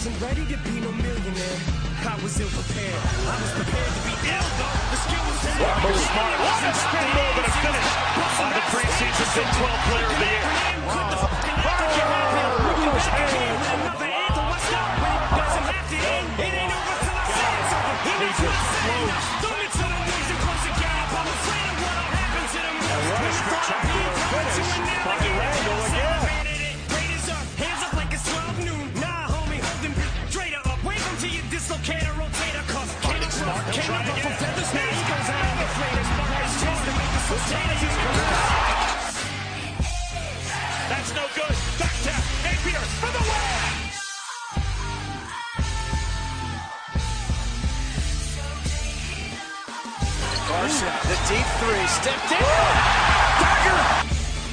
wasn't ready to be no millionaire. I was ill prepared. I was prepared to be ill though. The skill was there. Marcus Smart, what a spin move and a finish on the preseason Big 12 Player of the Year. That's no good. Back tap. Napier for the win. Carson, the deep three, stepped in. Dagger.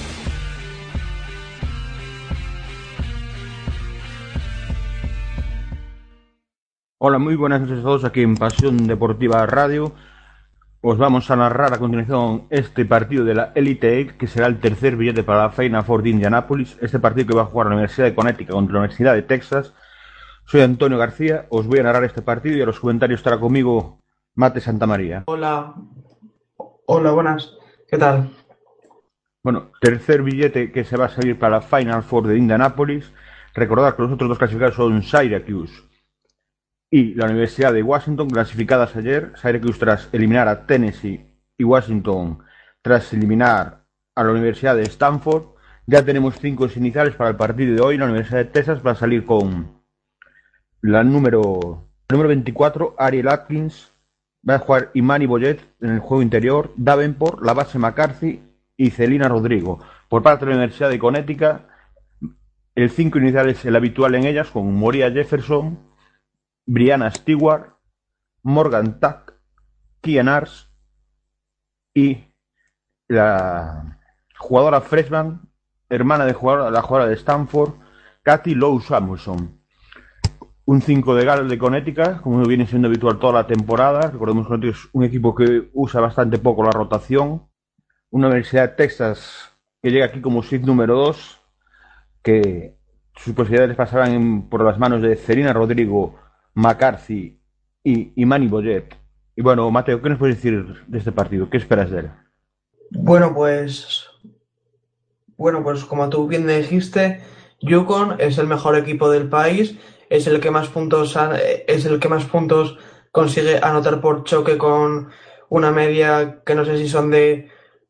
Hola, muy buenas noches a todos aquí en Pasión Deportiva Radio. Os vamos a narrar a continuación este partido de la Elite Eight, que será el tercer billete para la Final Four de Indianápolis. Este partido que va a jugar la Universidad de Connecticut contra la Universidad de Texas. Soy Antonio García, os voy a narrar este partido y a los comentarios estará conmigo Mate Santamaría. Hola, buenas, ¿qué tal? Bueno, tercer billete que se va a salir para la Final Four de Indianápolis. Recordad que los otros dos clasificados son Syracuse y la Universidad de Washington, clasificadas ayer. Syracuse tras eliminar a Tennessee y Washington tras eliminar a la Universidad de Stanford. Ya tenemos 5 iniciales para el partido de hoy. La Universidad de Texas va a salir con la número 24, Ariel Atkins. Va a jugar Imani Boyet en el juego interior, Davenport, la base McCarthy y Celina Rodrigo. Por parte de la Universidad de Connecticut, el 5 inicial es el habitual en ellas, con Moria Jefferson, Brianna Stewart, Morgan Tuck, Kian Ars y la jugadora freshman, hermana de la jugadora de Stanford, Kathy Lowe Samuelson. Un 5 de Gales de Connecticut, como viene siendo habitual toda la temporada. Recordemos que es un equipo que usa bastante poco la rotación. Una Universidad de Texas que llega aquí como seed número 2, que sus posibilidades pasarán por las manos de Celina Rodrigo, McCarthy y Imani Boyet. Y bueno, Mateo, ¿qué nos puedes decir de este partido? ¿Qué esperas de él? Bueno, pues como tú bien dijiste, UConn es el mejor equipo del país, es el que más puntos consigue anotar por choque, con una media que no sé si son de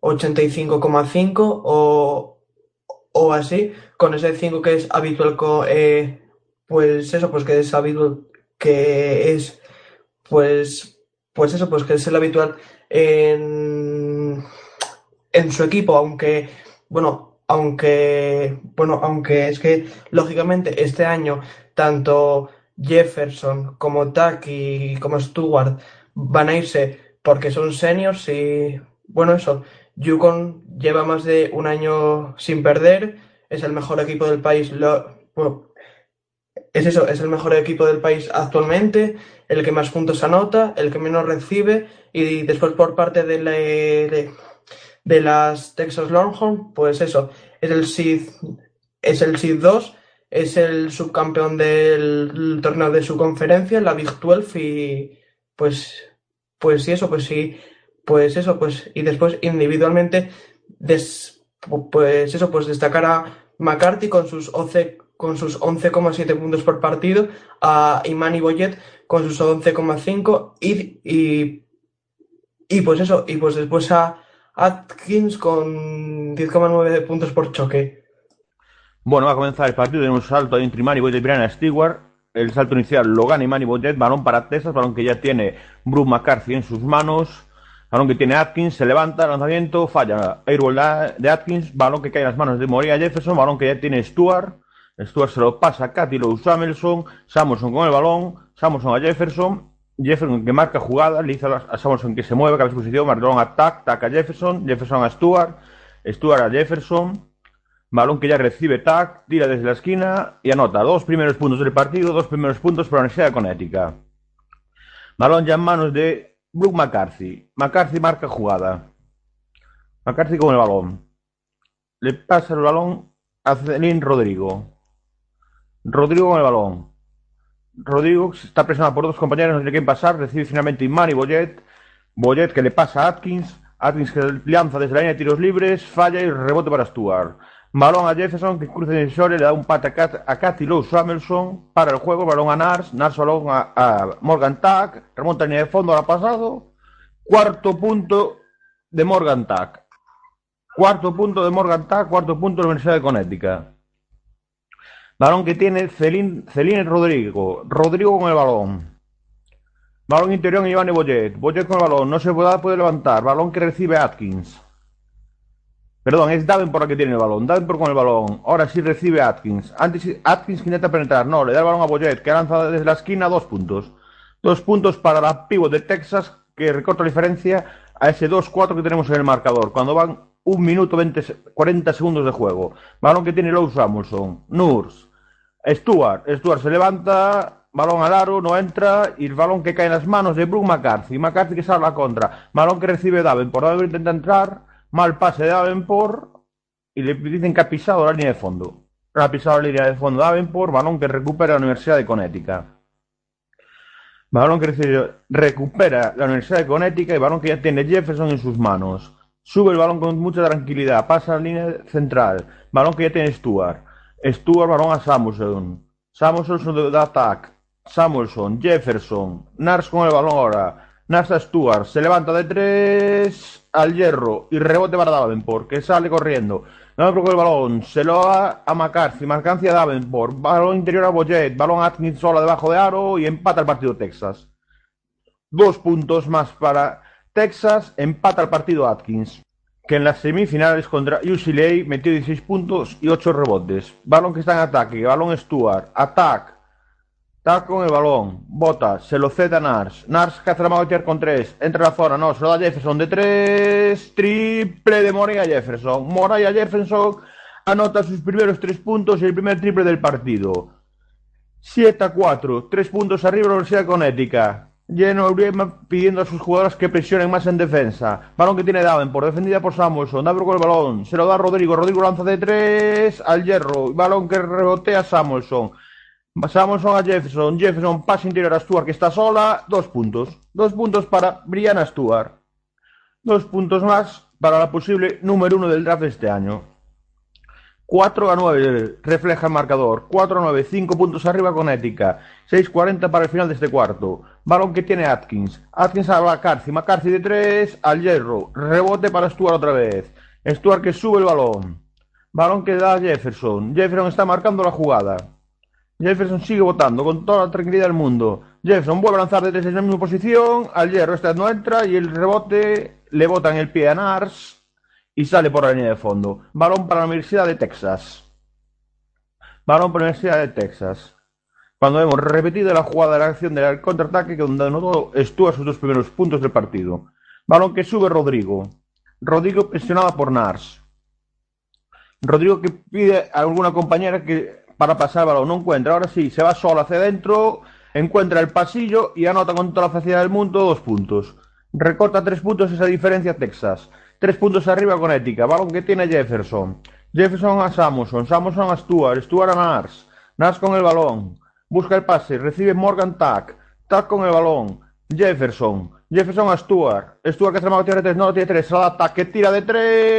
85,5 o así, con ese 5 que es habitual, pues que es habitual, que es pues que es el habitual en su equipo, aunque es que lógicamente este año tanto Jefferson como Taki como Stewart van a irse porque son seniors y UConn lleva más de un año sin perder, es el mejor equipo del país, es el mejor equipo del país actualmente, el que más puntos anota, el que menos recibe, y después por parte de las Texas Longhorns, pues eso, es el seed 2, es el subcampeón del torneo de su conferencia, la Big 12, y y después individualmente destacar a McCarthy con sus 11,7 puntos por partido, a Imani Boyet con sus 11,5 y después a Atkins con 10,9 puntos por choque. Bueno, va a comenzar el partido. Tenemos un salto entre Imani Boyet y Brianna Stewart. El salto inicial lo gana Imani Boyet, balón para Texas, balón que ya tiene Brooke McCarthy en sus manos, balón que tiene Atkins, se levanta, lanzamiento, falla, airball de Atkins, balón que cae en las manos de Moria Jefferson, balón que ya tiene Stewart se lo pasa a Kathy Lowe Samuelson con el balón, Samuelson a Jefferson que marca jugada, le dice a Samuelson que se mueve, que a disposición, balón a Tack a Jefferson a Stewart a Jefferson, balón que ya recibe Tack, tira desde la esquina y anota 2 primeros puntos del partido, 2 primeros puntos para la Universidad de Connecticut. Balón ya en manos de Brooke McCarthy. McCarthy marca jugada. McCarthy con el balón. Le pasa el balón a Celina Rodrigo. Rodrigo con el balón. Rodrigo está presionado por dos compañeros, no tiene que pasar, recibe finalmente Imani Boyet. Boyet que le pasa a Atkins. Atkins que lanza desde la línea de tiros libres, falla y rebote para Stuart. Balón a Jefferson que cruza el sole, le da un pate a Cathy Lowe Samuelson para el juego, balón a Nars, balón a Morgan Tack, remonta en línea de fondo, ahora pasado. Cuarto punto de Morgan Tack. Cuarto punto de Morgan Tack, cuarto punto de la Universidad de Connecticut. Balón que tiene Celine Rodrigo. Rodrigo con el balón. Balón interior en Iván Boyet. Boyet con el balón. No se puede levantar. Balón que recibe Atkins. Perdón, es Davenport el que tiene el balón. Davenport con el balón. Ahora sí recibe Atkins. Antes Atkins que intenta penetrar. No, le da el balón a Boyet, que lanza desde la esquina 2 puntos. 2 puntos para la pivot de Texas, que recorta la diferencia a ese 2-4 que tenemos en el marcador. Cuando van 1 minuto 40 segundos de juego. Balón que tiene Lowe Samuelson. Nurse. Stuart se levanta, balón al aro, no entra, y el balón que cae en las manos de Brooke McCarthy. McCarthy que sale a la contra. Balón que recibe Davenport. Davenport intenta entrar, mal pase de Davenport, y le dicen que ha pisado la línea de fondo. Ha pisado la línea de fondo Davenport, balón que recupera la Universidad de Connecticut. Balón que recupera la Universidad de Connecticut y balón que ya tiene Jefferson en sus manos. Sube el balón con mucha tranquilidad, pasa a la línea central. Balón que ya tiene Stuart, balón a Samuelson. Samuelson da ataque. Samuelson, Jefferson. Nars con el balón ahora. Nars a Stuart. Se levanta de 3 al hierro. Y rebote para Davenport, que sale corriendo. Davenport con el balón. Se lo da a McCarthy. McCarthy a Davenport. Balón interior a Boyet. Balón a Atkins sola debajo de aro. Y empata el partido Texas. 2 puntos más para Texas. Empata el partido Atkins, que en las semifinales contra UCLA metió 16 puntos y 8 rebotes. Balón que está en ataque, balón Stuart, ataque, Tack con el balón, bota, se lo cede a Nars. Nars que hace la mano con 3, entra a la zona, no, se lo da Jefferson de 3, triple de Moriah Jefferson. Moriah Jefferson anota sus primeros 3 puntos y el primer triple del partido. 7-4, 3 puntos arriba de la Universidad de Connecticut. Lleno pidiendo a sus jugadores que presionen más en defensa. Balón que tiene Davenport, defendida por Samuelson. Davenport con el balón, se lo da a Rodrigo. Rodrigo lanza de 3 al hierro. Balón que rebotea a Samuelson. Samuelson a Jefferson. Jefferson pasa interior a Stuart, que está sola. 2 puntos. 2 puntos para Brianna Stuart. 2 puntos más para la posible número 1 del draft de este año. 4-9 refleja el marcador. 4-9, 5 puntos arriba con Ética. 6-40 para el final de este cuarto. Balón que tiene Atkins. Atkins a McCarthy. McCarthy de 3 al hierro. Rebote para Stuart otra vez. Stuart que sube el balón. Balón que da a Jefferson. Jefferson está marcando la jugada. Jefferson sigue votando con toda la tranquilidad del mundo. Jefferson vuelve a lanzar de 3 en la misma posición. Al hierro. Esta no entra y el rebote le bota en el pie a Nars. Y sale por la línea de fondo. Balón para la Universidad de Texas. Balón para la Universidad de Texas. Cuando hemos repetido la jugada de la acción del contraataque, donde anotó Stuart sus 2 primeros puntos del partido. Balón que sube Rodrigo. Rodrigo presionada por Nars. Rodrigo que pide a alguna compañera que para pasar el balón. No encuentra. Ahora sí, se va solo hacia adentro. Encuentra el pasillo y anota con toda la facilidad del mundo 2 puntos. Recorta 3 puntos esa diferencia Texas. 3 puntos arriba con Ética. Balón que tiene Jefferson. Jefferson a Samuelson. Samuelson a Stuart. Stuart a Nars. Nars con el balón. Busca el pase. Recibe Morgan Tack. Tack con el balón. Jefferson. Jefferson a Stuart. Stuart que hace la mano tiene 3. No, tiene 3. Se la da Tack que tira de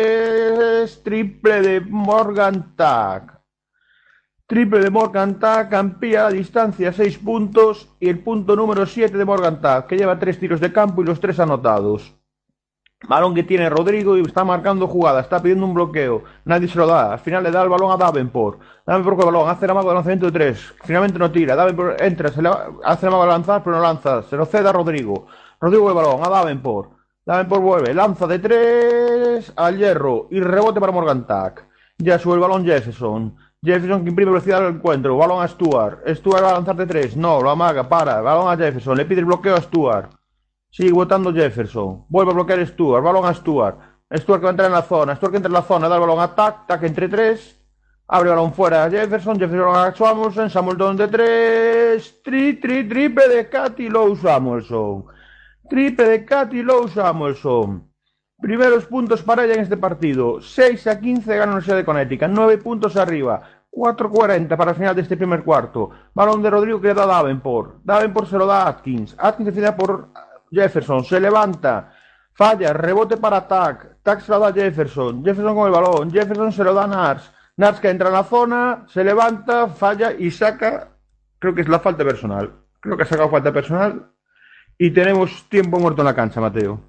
3. Triple de Morgan Tack. Triple de Morgan Tack. Amplía la distancia 6 puntos. Y el punto número 7 de Morgan Tack, que lleva 3 tiros de campo y los 3 anotados. Balón que tiene Rodrigo y está marcando jugada, está pidiendo un bloqueo, nadie se lo da, al final le da el balón a Davenport. Davenport con el balón, hace el amago de lanzamiento de 3, finalmente no tira, Davenport entra, hace el amago de lanzar pero no lanza, se lo cede a Rodrigo. Rodrigo con el balón a Davenport. Davenport vuelve, lanza de 3 al hierro y rebote para Morgan Tack. Ya sube el balón Jefferson. Jefferson que imprime velocidad al encuentro, balón a Stuart. Stuart va a lanzar de 3, no, lo amaga, para, balón a Jefferson, le pide el bloqueo a Stuart. Sigue votando Jefferson. Vuelve a bloquear Stuart. Balón a Stuart. Stuart que va a entrar en la zona. Stuart que entra en la zona. Da el balón a Tack. Tack entre 3. Abre el balón fuera a Jefferson. Jefferson a Samuelson. Samuelson de 3. Triple de Cathy Lowe Samuelson. Triple de Cathy Lowe Samuelson. Primeros puntos para ella en este partido. 6-15 gana la Universidad de Connecticut. 9 puntos arriba. 4:40 para el final de este primer cuarto. Balón de Rodrigo que da Davenport. Davenport se lo da a Atkins. Atkins decide por Jefferson. Se levanta. Falla. Rebote para Tack. Tack se lo da a Jefferson. Jefferson con el balón. Jefferson se lo da a Nars. Nars que entra en la zona. Se levanta. Falla y saca. Creo que es la falta personal. Creo que ha sacado falta personal. Y tenemos tiempo muerto en la cancha, Mateo.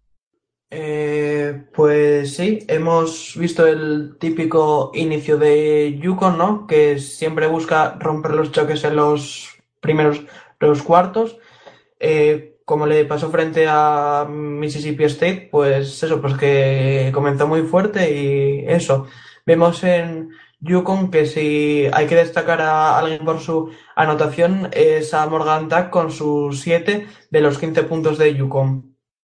Pues sí, hemos visto el típico inicio de Yukon, ¿no? Que siempre busca romper los choques en los primeros los cuartos. Como le pasó frente a Mississippi State, pues eso, pues que comenzó muy fuerte y eso. Vemos en Yukon que si hay que destacar a alguien por su anotación es a Morgan Tack con sus 7 de los 15 puntos de Yukon.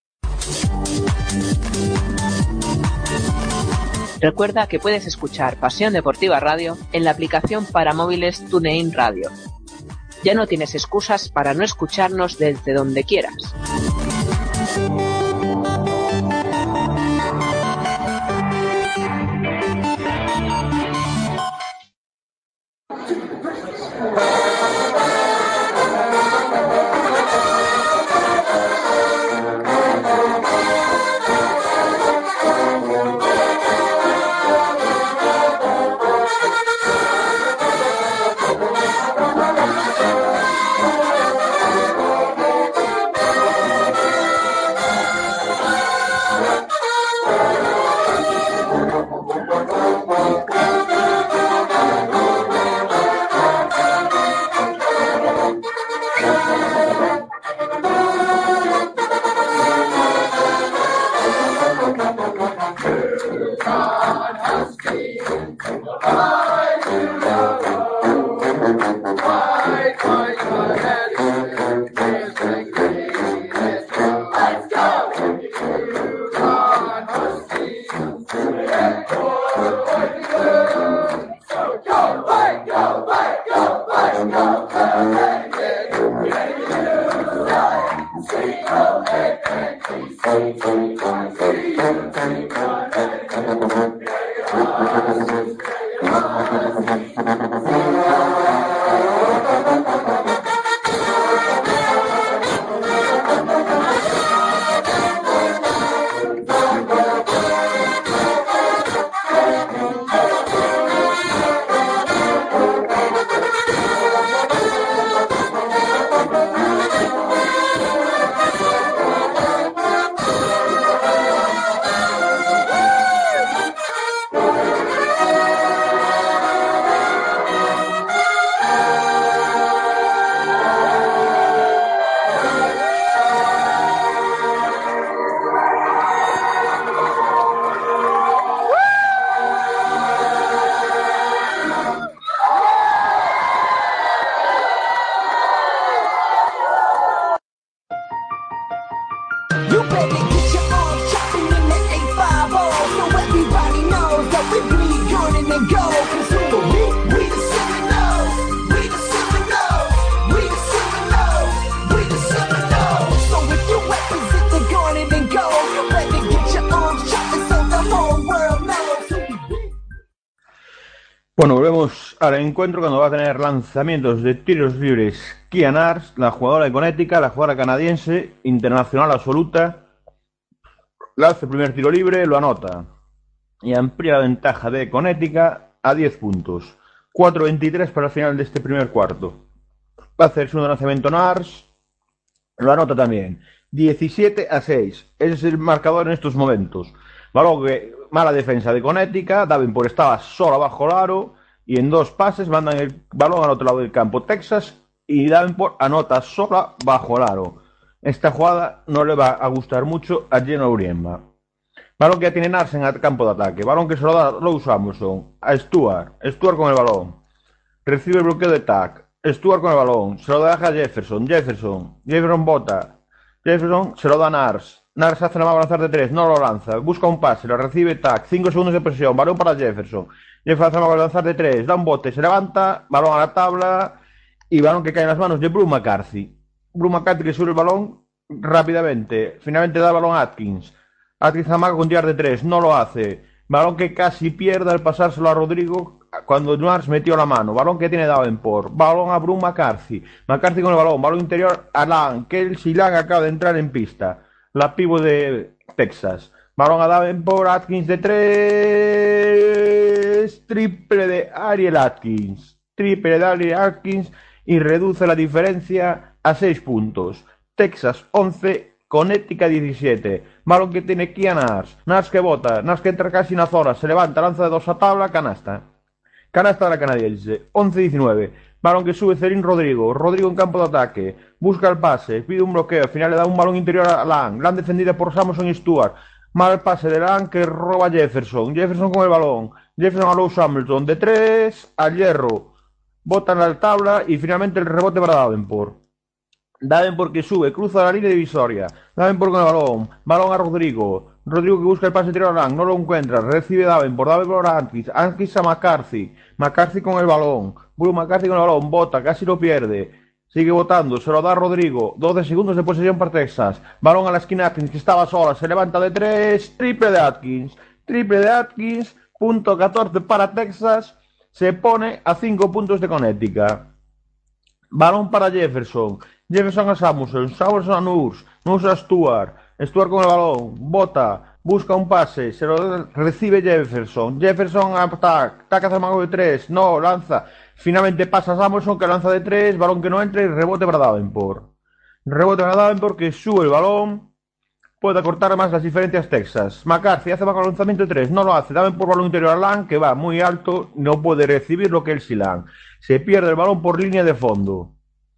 Recuerda que puedes escuchar Pasión Deportiva Radio en la aplicación para móviles TuneIn Radio. Ya no tienes excusas para no escucharnos desde donde quieras. Bueno, volvemos al encuentro cuando va a tener lanzamientos de tiros libres Kia Nars, la jugadora de Connecticut, la jugadora canadiense, internacional absoluta. Lanza el primer tiro libre, lo anota y amplía la ventaja de Connecticut a 10 puntos. 4:23 para el final de este primer cuarto. Va a hacer el segundo lanzamiento Nars, lo anota también. 17-6. Ese es el marcador en estos momentos. Balón que mala defensa de Connecticut. Davenport estaba solo bajo el aro y en dos pases mandan el balón al otro lado del campo Texas y Davenport anota sola bajo el aro. Esta jugada no le va a gustar mucho a Geno Auriemma. Balón que ya tiene Nars en el campo de ataque. Balón que se lo da Rose Samuelson a Stuart. Stuart con el balón. Recibe el bloqueo de Tack. Stuart con el balón. Se lo deja a Jefferson. Jefferson bota. Jefferson se lo da a Nars. Nars hace la lanzar de 3, no lo lanza. Busca un pase, lo recibe Tack. 5 segundos de presión, balón para Jefferson. Jefferson hace la lanzar de 3, da un bote, se levanta, balón a la tabla y balón que cae en las manos de Bruce McCarthy. Bruce McCarthy que sube el balón rápidamente. Finalmente da el balón a Atkins. Atkins amaga con tirar de 3, no lo hace. Balón que casi pierde al pasárselo a Rodrigo cuando Nars metió la mano, balón que tiene Davenport, balón a Brook McCarthy, McCarthy con el balón interior a Lang, Kelsey Lang acaba de entrar en pista, la pivo de Texas, balón a Davenport, Atkins de 3, triple de Ariel Atkins, y reduce la diferencia a 6 puntos, Texas 11, Connecticut 17, balón que tiene aquí a Nars que bota, Nars que entra casi en la zona, se levanta, lanza de 2 a tabla, canasta de la canadiense, 11-19, balón que sube Celine Rodrigo en campo de ataque, busca el pase, pide un bloqueo, al final le da un balón interior a Lang defendida por Samuelson y Stewart, mal pase de Lang que roba Jefferson con el balón, Jefferson a Low Samuelson de 3, al hierro, bota en la tabla y finalmente el rebote para Davenport que sube, cruza la línea divisoria, Davenport con el balón a Rodrigo que busca el pase interior a Lang, no lo encuentra, recibe Davenport a Atkins a McCarthy con el balón, Brook McCarthy con el balón, bota, casi lo pierde, sigue botando, se lo da a Rodrigo, 12 segundos de posesión para Texas, balón a la esquina Atkins que estaba sola, se levanta de 3, triple de Atkins, punto 14 para Texas, se pone a 5 puntos de Connecticut. Balón para Jefferson a Samuelson a Nurs a Stewart con el balón, bota, busca un pase, se lo recibe Jefferson ataca hacia el mago de 3, no, lanza, finalmente pasa a Samuelson que lanza de 3, balón que no entra y rebote para Davenport que sube el balón, puede acortar más las diferencias Texas, McCarthy hace bajo el lanzamiento de 3, no lo hace, Davenport balón interior a Lang que va muy alto, no puede recibir lo que es Lang, se pierde el balón por línea de fondo.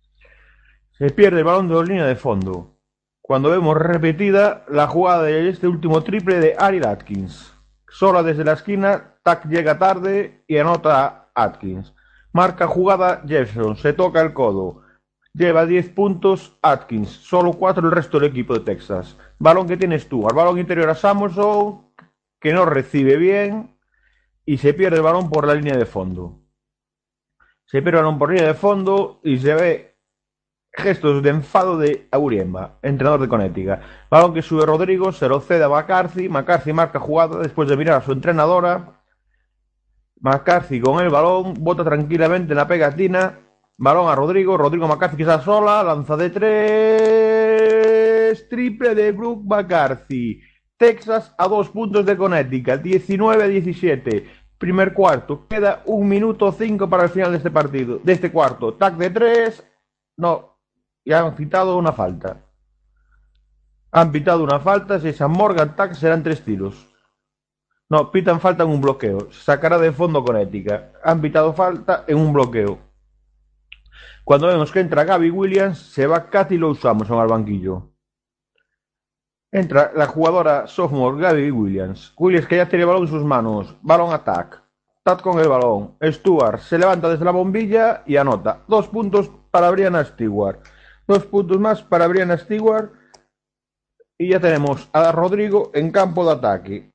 Cuando vemos repetida la jugada de este último triple de Ariel Atkins. Sola desde la esquina, Tac llega tarde y anota Atkins. Marca jugada Jefferson, se toca el codo. Lleva 10 puntos Atkins, solo 4 el resto del equipo de Texas. Balón que tiene Stewart, balón interior a Samuelson, que no recibe bien y se pierde el balón por la línea de fondo. Y se ve gestos de enfado de Auriemma, entrenador de Connecticut. Balón que sube Rodrigo, se lo cede a McCarthy marca jugada después de mirar a su entrenadora. McCarthy con el balón, bota tranquilamente en la pegatina, balón a Rodrigo McCarthy que está sola, lanza de 3, triple de Brook McCarthy. Texas a 2 puntos de Connecticut, 19-17. Primer cuarto, queda 1 minuto 5 para el final de este partido, de este cuarto. Tac de 3, no. Y han pitado una falta. Si es a Morgan Tac serán 3 tiros. No, pitan falta en un bloqueo. Sacará de fondo Connecticut. Han pitado falta en un bloqueo. Cuando vemos que entra Gabby Williams, se va Cathy Lowe Samuelson al banquillo. Entra la jugadora sophomore Gabby Williams. Que ya tiene el balón en sus manos. Balón a Tac con el balón. Stewart se levanta desde la bombilla y anota. 2 puntos para Brianna Stewart. 2 puntos más para Brianna Stewart. Y ya tenemos a Rodrigo en campo de ataque.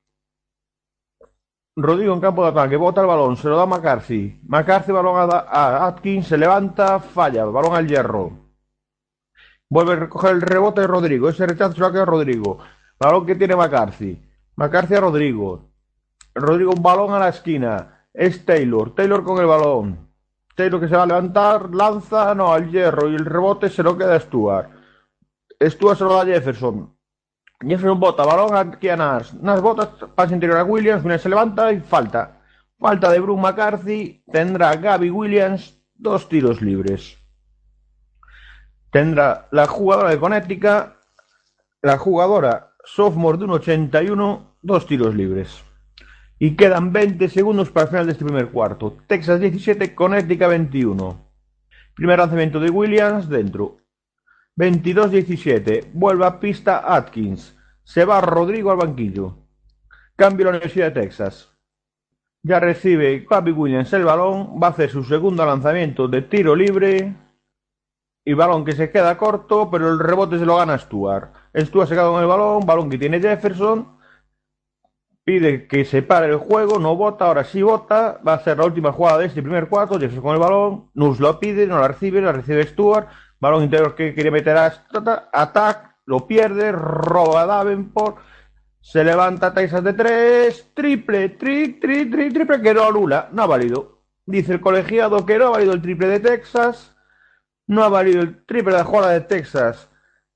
Bota el balón, se lo da a McCarthy. Balón a Atkins, se levanta, falla, balón al hierro. Vuelve a recoger el rebote de Rodrigo. Ese rechazo se lo queda a Rodrigo. Balón que tiene McCarthy a Rodrigo. Un balón a la esquina. Es Taylor con el balón. Taylor que se va a levantar, lanza, no, al hierro. Y el rebote se lo queda a Stewart. Se lo da a Jefferson bota, balón aquí a Nars bota, pase interior a Williams se levanta y falta de Brook McCarthy. Tendrá Gabby Williams 2 tiros libres. Tendrá la jugadora de Connecticut, la jugadora sophomore de 1.81, 2 tiros libres. Y quedan 20 segundos para el final de este primer cuarto. Texas 17, Connecticut 21. Primer lanzamiento de Williams, dentro. 22-17, vuelve a pista Atkins, se va Rodrigo al banquillo. Cambio a la Universidad de Texas. Ya recibe Gabby Williams el balón, va a hacer su segundo lanzamiento de tiro libre y balón que se queda corto, pero el rebote se lo gana Stewart. Stewart se queda con el balón que tiene Jefferson, pide que se pare el juego, no vota, ahora sí vota, va a ser la última jugada de este primer cuarto. Jefferson con el balón, Nus lo pide, no la recibe Stewart. Balón interior que quería meter a Tac, lo pierde, roba a Davenport, se levanta Texas de 3, triple, que no anula, no ha valido. Dice el colegiado que no ha valido el triple de Texas, no ha valido el triple de la jugada de Texas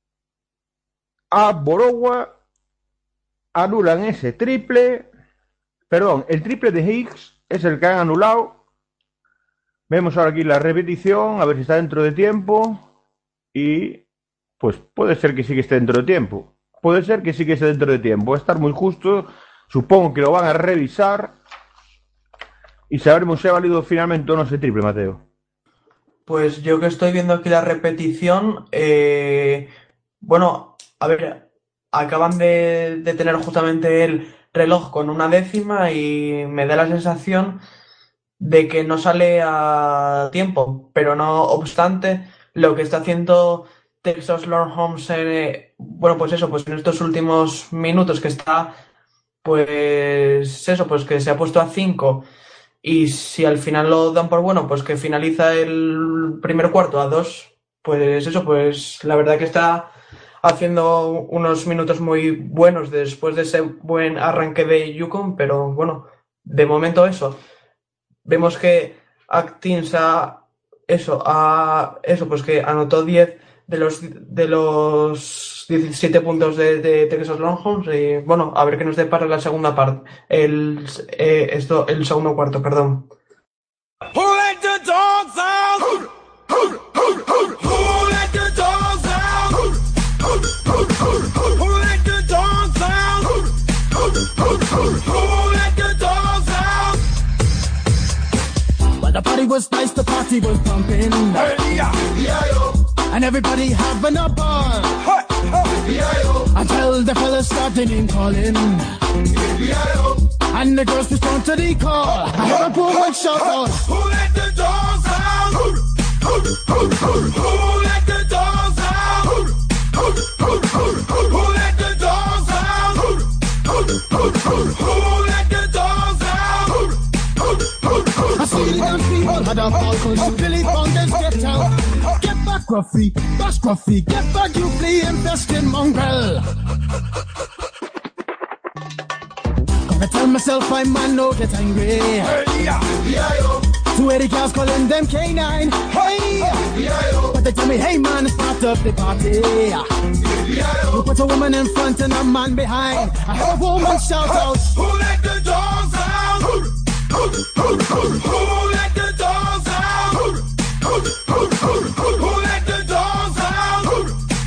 a Borowa, anulan ese triple, perdón, el triple de Higgs es el que han anulado. Vemos ahora aquí la repetición, a ver si está dentro de tiempo, y pues puede ser que sí que esté dentro de tiempo. Puede ser que sí que esté dentro de tiempo. Va a estar muy justo. Supongo que lo van a revisar. Y sabremos si ha valido finalmente o no ese triple, Mateo. Pues yo que estoy viendo aquí la repetición, bueno, a ver, acaban de tener justamente el reloj con una décima y me da la sensación de que no sale a tiempo, pero no obstante, lo que está haciendo Texas Longhorns, bueno, pues eso, pues en estos últimos minutos que está, pues eso, pues que se ha puesto a 5 y si al final lo dan por bueno, pues que finaliza el primer cuarto a 2, pues eso, pues la verdad que está haciendo unos minutos muy buenos después de ese buen arranque de Yukon, pero bueno, de momento eso. Vemos que Atkins pues que anotó 10 de los 17 puntos de Texas Longhorns y bueno, a ver qué nos depara la segunda parte, el segundo cuarto, perdón. Who let the dogs out? Who let the dogs out? Who let the dogs out? Who let the dogs out? Well, the party was nice, the party was pumping, and everybody having a ball until the fellas started name calling, and the girls respond to the call. I heard a woman shout out, Who let the dogs out? Who let the dogs out? Who let the dogs out? Who let the dogs out? I see the young people had a ball, cause Billy Fountains get out. Get back, Gruffy, bash Gruffy, get back, you flea infested mongrel. I tell myself I man no get angry. Two 80 cows calling them K9. Hey, but they tell me, hey man, start up the party. You put a woman in front and a man behind. I heard a woman shout out, Who let the dogs out? Who let the dogs out? Who let the dogs out?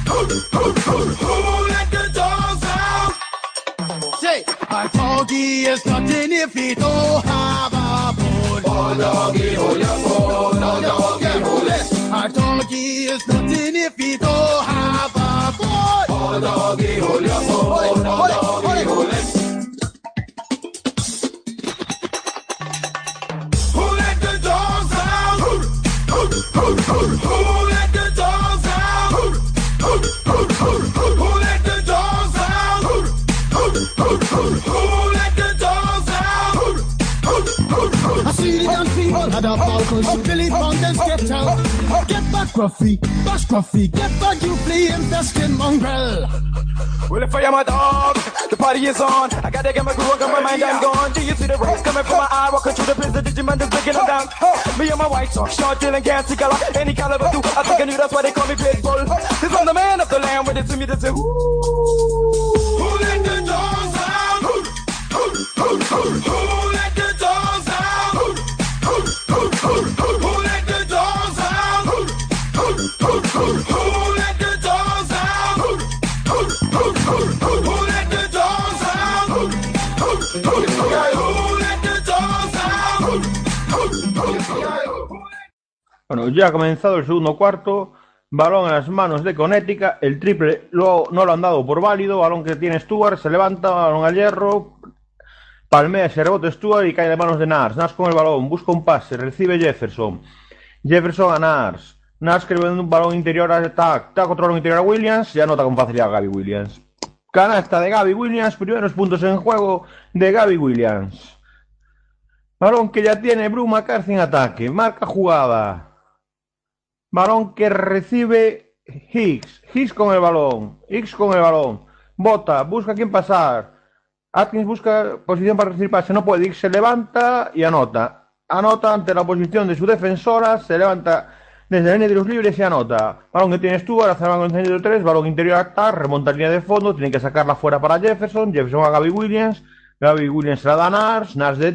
Who let the dogs out? say, a doggy is nothing if he don't have a bone. Oh, doggy, hold your bone. Oh, doggy, hold it. A doggy is nothing if he don't have a bone. Oh, doggy, hold your bone. Oh, doggy, hold it. Who let the dogs out? Who let the dogs out? Who let the dogs out? Who let the dogs out? I see the young people had a ball cause Billy Fountains get out. Get back, Gruffy, bash Gruffy, get back, you flea infested mongrel. Well, if I am a dog, the party is on. I gotta get my groove on, got my mind, I'm gone. Do you see the rays coming from my eye? Walking through the prison, Digimon just breaking them down. Me and my white socks, short, dealing, gassy color. Any caliber, do I think I knew that's why they call me Pitbull. Cause I'm the man of the land, when they see me, they say, ooh. Who let the dogs out? Who let the dogs out? Who let the dogs out? Who let the dogs out? Who let the dogs out? Who let the dogs out? Bueno, ya ha comenzado el segundo cuarto. Balón en las manos de Connecticut. El triple no lo han dado por válido. Balón que tiene Stewart. Se levanta, balón al hierro. Palmea ese rebote Stewart y cae de manos de Nars. Nars con el balón. Busca un pase. Recibe Jefferson. Jefferson a Nars. Nars que vende un balón interior a Tac. Tac otro balón interior a Williams. Ya anota con facilidad a Gabby Williams. Canasta de Gabby Williams. Primeros puntos en juego de Gabby Williams. Balón que ya tiene Brew McCarthy en ataque. Marca jugada. Balón que recibe Higgs. Higgs con el balón. Higgs con el balón. Bota. Busca a quién pasar. Atkins busca posición para recibir pase. No puede. Higgs se levanta y anota. anota ante la oposición de su defensora, se levanta desde la línea de los libres y anota. Balón que tiene Stuart, hace con el de 3, balón interior ataque, remonta línea de fondo, tiene que sacarla fuera para Jefferson a Gabby Williams se la da a Nars de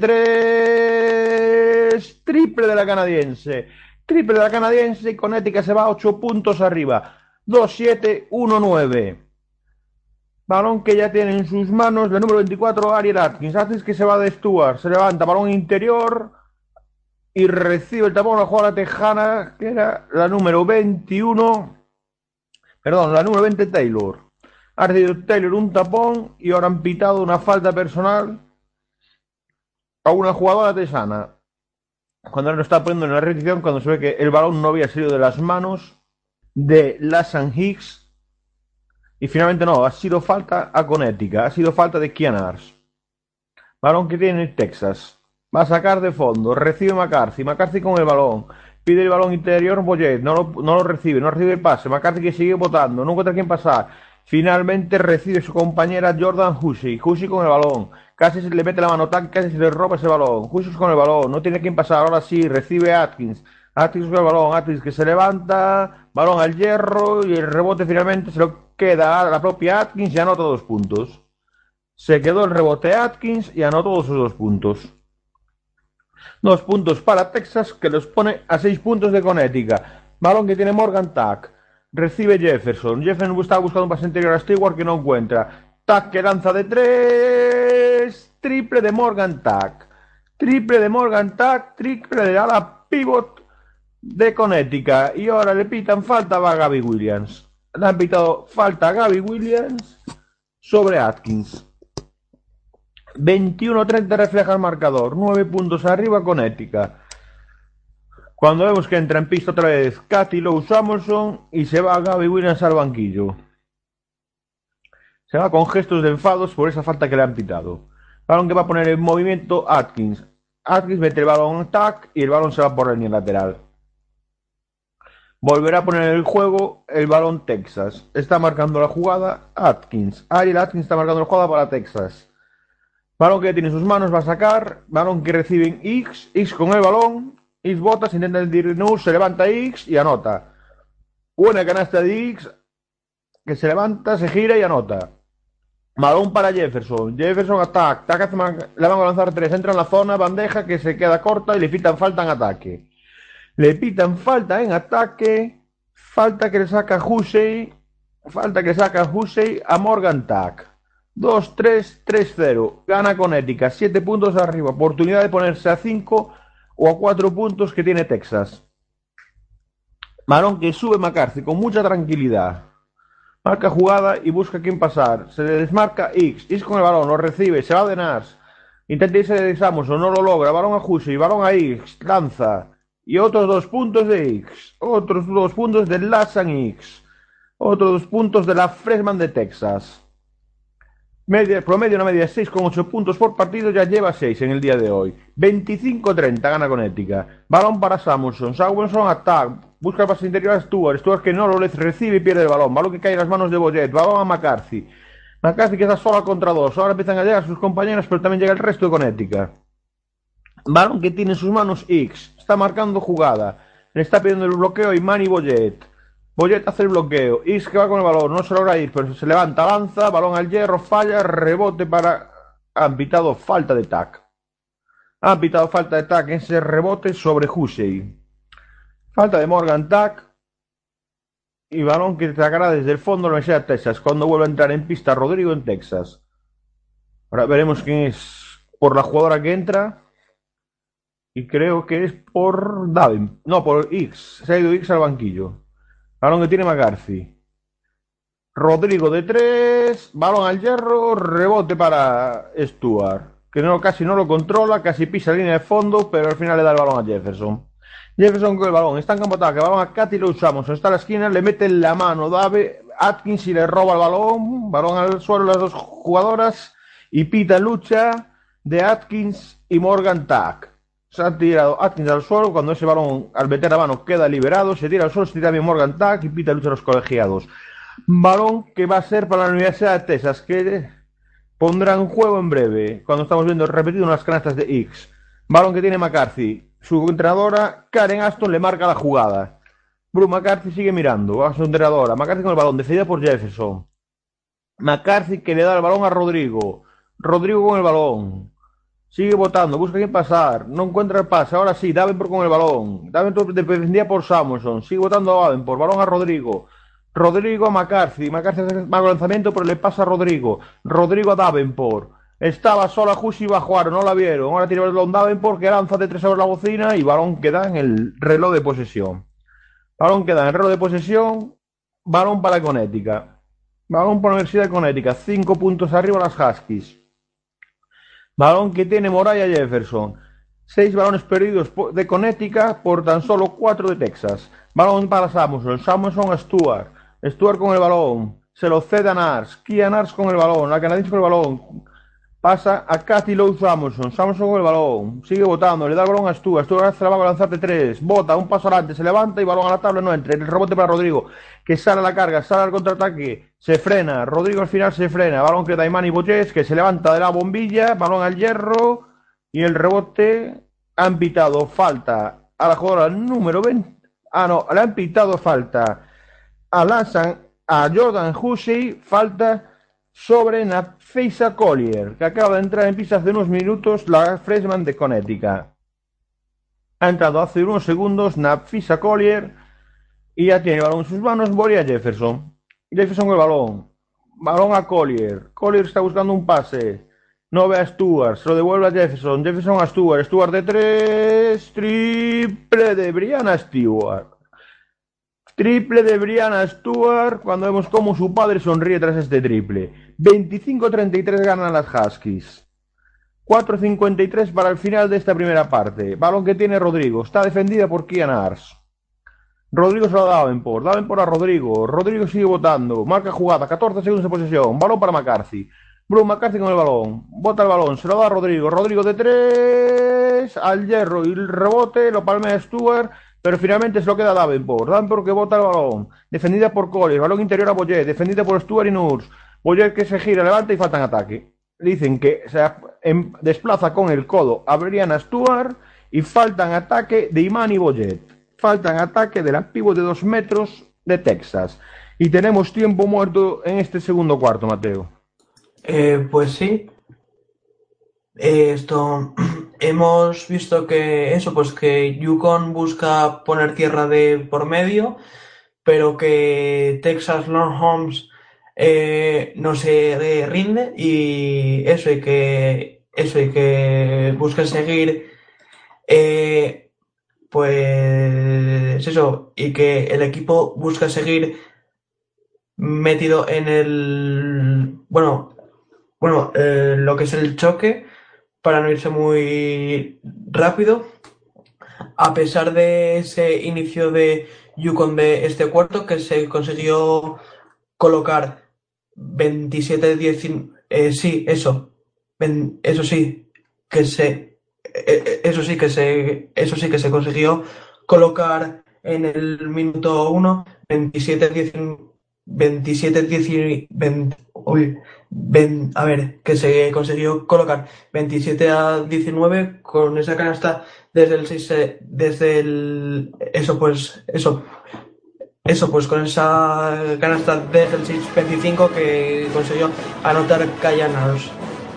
3, triple de la canadiense y Connecticut se va 8 puntos arriba, 2-7, 1-9. Balón que ya tiene en sus manos la número 24, Ariel Atkins que se va de Stuart, se levanta, balón interior y recibe el tapón, la jugada tejana, que era la número 21, la número 20, Taylor. Ha recibido Taylor un tapón y ahora han pitado una falta personal a una jugadora tesana. Cuando lo está poniendo en la repetición, cuando se ve que el balón no había salido de las manos de Lassan Hicks. Y finalmente no, ha sido falta a Connecticut, ha sido falta de Kianars. Balón que tiene Texas. Va a sacar de fondo, recibe McCarthy con el balón. Pide el balón interior, Boyet, no lo recibe, no recibe el pase. McCarthy que sigue botando, no encuentra quién pasar. Finalmente recibe su compañera Jordan Hussey con el balón. Casi se le mete la mano, casi se le roba ese balón. Hussey con el balón, no tiene quién pasar. Ahora sí, recibe Atkins con el balón. Atkins que se levanta, balón al hierro y el rebote finalmente se lo queda a la propia Atkins y anota 2 puntos. Se quedó el rebote Atkins y anotó todos sus 2 puntos. 2 puntos para Texas que los pone a 6 puntos de Connecticut. Balón que tiene Morgan Tack. Recibe Jefferson está buscando un pase interior a Stewart que no encuentra. Tack que lanza de 3. Triple de Morgan Tack. Triple de ala pivot de Connecticut. Y ahora le pitan falta a Gabby Williams. Le han pitado falta a Gabby Williams sobre Atkins. 21-30 refleja el marcador. 9 puntos arriba Connecticut. Cuando vemos que entra en pista otra vez Katie Lowe Samuelson y se va Gabby Williams al banquillo. Se va con gestos de enfados por esa falta que le han pitado. Balón que va a poner en movimiento Atkins. Atkins mete el balón en tac y el balón se va por la línea lateral. Volverá a poner en el juego el balón Texas. Está marcando la jugada Atkins. Ariel Atkins está marcando la jugada para Texas. Balón que tiene en sus manos, va a sacar. Balón que reciben X con el balón. X bota, se intenta el dirigir, se levanta X y anota. Buena canasta de X, que se levanta, se gira y anota. Balón para Jefferson ataque, le van a lanzar 3, entra en la zona, bandeja que se queda corta y le pitan falta en ataque. Falta que le saca Hussey a Morgan Tack. 2-3, 3-0, gana Connecticut, 7 puntos arriba, oportunidad de ponerse a 5 o a 4 puntos que tiene Texas. Balón que sube McCarthy con mucha tranquilidad. Marca jugada y busca quién pasar. Se le desmarca X con el balón, lo recibe, se va de Nars. Intenta irse de Samuelson, no lo logra. Balón a Hussey, balón a X, lanza. Y otros 2 puntos de X. Otros 2 puntos de Lassan X. Otros 2 puntos de la freshman de Texas. Promedio una media de 6,8 puntos por partido, ya lleva 6 en el día de hoy. 25-30 gana Connecticut. Balón para Samuelson ataca, busca el pase interior a Stewart que no lo recibe y pierde el balón. Balón que cae en las manos de Boyet, balón a McCarthy que está sola contra 2. Ahora empiezan a llegar sus compañeros, pero también llega el resto de Connecticut. Balón que tiene en sus manos X, está marcando jugada, le está pidiendo el bloqueo y Manny Boyet hace el bloqueo, X que va con el balón, no se logra ir, pero se levanta, lanza, balón al hierro, falla, rebote para... Han pitado falta de tac en ese rebote sobre Hussey. Falta de Morgan Tack y balón que sacará desde el fondo la Universidad de Texas cuando vuelve a entrar en pista Rodrigo en Texas. Ahora veremos quién es por la jugadora que entra y creo que es por Davin, no, por X, se ha ido X al banquillo. Balón que tiene McCarthy. Rodrigo de 3. Balón al hierro. Rebote para Stewart. Que casi no lo controla. Casi pisa la línea de fondo. Pero al final le da el balón a Jefferson. Jefferson con el balón. Está en campo de ataque. Balón a Katie Lowe Samuelson. Está a la esquina. Le mete en la mano Dave Atkins y le roba el balón. Balón al suelo las dos jugadoras. Y pita lucha de Atkins y Morgan Tack. Se ha tirado Atkins al suelo, cuando ese balón al meter la mano queda liberado, se tira al suelo, se tira bien Morgan Tack y pita lucha a los colegiados. Balón que va a ser para la Universidad de Texas, que pondrá en juego en breve, cuando estamos viendo repetido unas canastas de X. Balón que tiene McCarthy. Su entrenadora, Karen Aston, le marca la jugada. Bruce McCarthy sigue mirando a su entrenadora. McCarthy con el balón, defendida por Jefferson. McCarthy que le da el balón a Rodrigo. Rodrigo con el balón. Sigue votando, busca quién pasar. No encuentra el pase. Ahora sí, Davenport con el balón. Davenport defendida por Samuelson. Sigue votando a Davenport. Balón a Rodrigo. Rodrigo a McCarthy. McCarthy hace el mago lanzamiento, pero le pasa a Rodrigo. Rodrigo a Davenport. Estaba sola Hushi bajo aro, no la vieron. Ahora tiene el balón Davenport que lanza de 3 sobre la bocina y balón queda en el reloj de posesión. Balón queda en el reloj de posesión. Balón para Connecticut. Balón para la Universidad de Connecticut. 5 puntos arriba las Huskies. Balón que tiene Moriah Jefferson. 6 balones perdidos de Connecticut por tan solo 4 de Texas. Balón para Samuelson. Samuelson a Stewart. Stewart con el balón. Se lo cede a Nars. Kia Nars con el balón. La canadiense con el balón. Pasa a Cathy Lowe Samuelson. Samuelson con el balón. Sigue votando. Le da el balón a Stewart. Stewart se la va a lanzar de 3. Bota un paso adelante. Se levanta y balón a la tabla. No entra. El rebote para Rodrigo. Que sale a la carga. Sale al contraataque. Se frena. Rodrigo al final se frena. Balón que da Imani Boyes. Que se levanta de la bombilla. Balón al hierro. Y el rebote. Han pitado falta a la jugadora número 20. No. Le han pitado falta a Jordan Hussey. Falta sobre Napheesa Collier, que acaba de entrar en pista hace unos minutos, la freshman de Connecticut. Ha entrado hace unos segundos Napheesa Collier y ya tiene el balón en sus manos Moriah Jefferson. Jefferson con el balón. Balón a Collier. Collier está buscando un pase. No ve a Stewart. Se lo devuelve a Jefferson. Jefferson a Stewart. Stewart de 3. Triple de Brianna Stewart. Triple de Brianna Stewart cuando vemos cómo su padre sonríe tras este triple. 25-33 ganan las Huskies. 4:53 para el final de esta primera parte. Balón que tiene Rodrigo. Está defendida por Kia Nars. Rodrigo se lo da a Davenport. Davenport a Rodrigo. Rodrigo sigue votando. Marca jugada. 14 segundos de posesión. Balón para McCarthy. Bruce McCarthy con el balón. Bota el balón. Se lo da a Rodrigo. Rodrigo de 3. Al hierro. Y el rebote lo palmea Stewart. Pero finalmente se lo queda Davenport. Davenport que bota el balón. Defendida por Collier. Balón interior a Boyet. Defendida por Stewart y Nurs. Boyet que se gira, levanta y falta en ataque. Dicen que se desplaza con el codo a Brianna Stewart y falta en ataque de Imani Boyet. Falta en ataque del antiguo de 2 metros de Texas. Y tenemos tiempo muerto en este segundo cuarto, Mateo. Pues sí. Hemos visto que que Yukon busca poner tierra de por medio, pero que Texas Longhorns no se rinde y que busca seguir y que el equipo busca seguir metido en el lo que es el choque para no irse muy rápido, a pesar de ese inicio de Yukon de este cuarto que se consiguió colocar 27-19, eso sí que se consiguió colocar en el minuto 1 que se consiguió colocar 27-19 con esa canasta desde el 6, con esa canasta desde el 6-25 que consiguió anotar Kia Nars.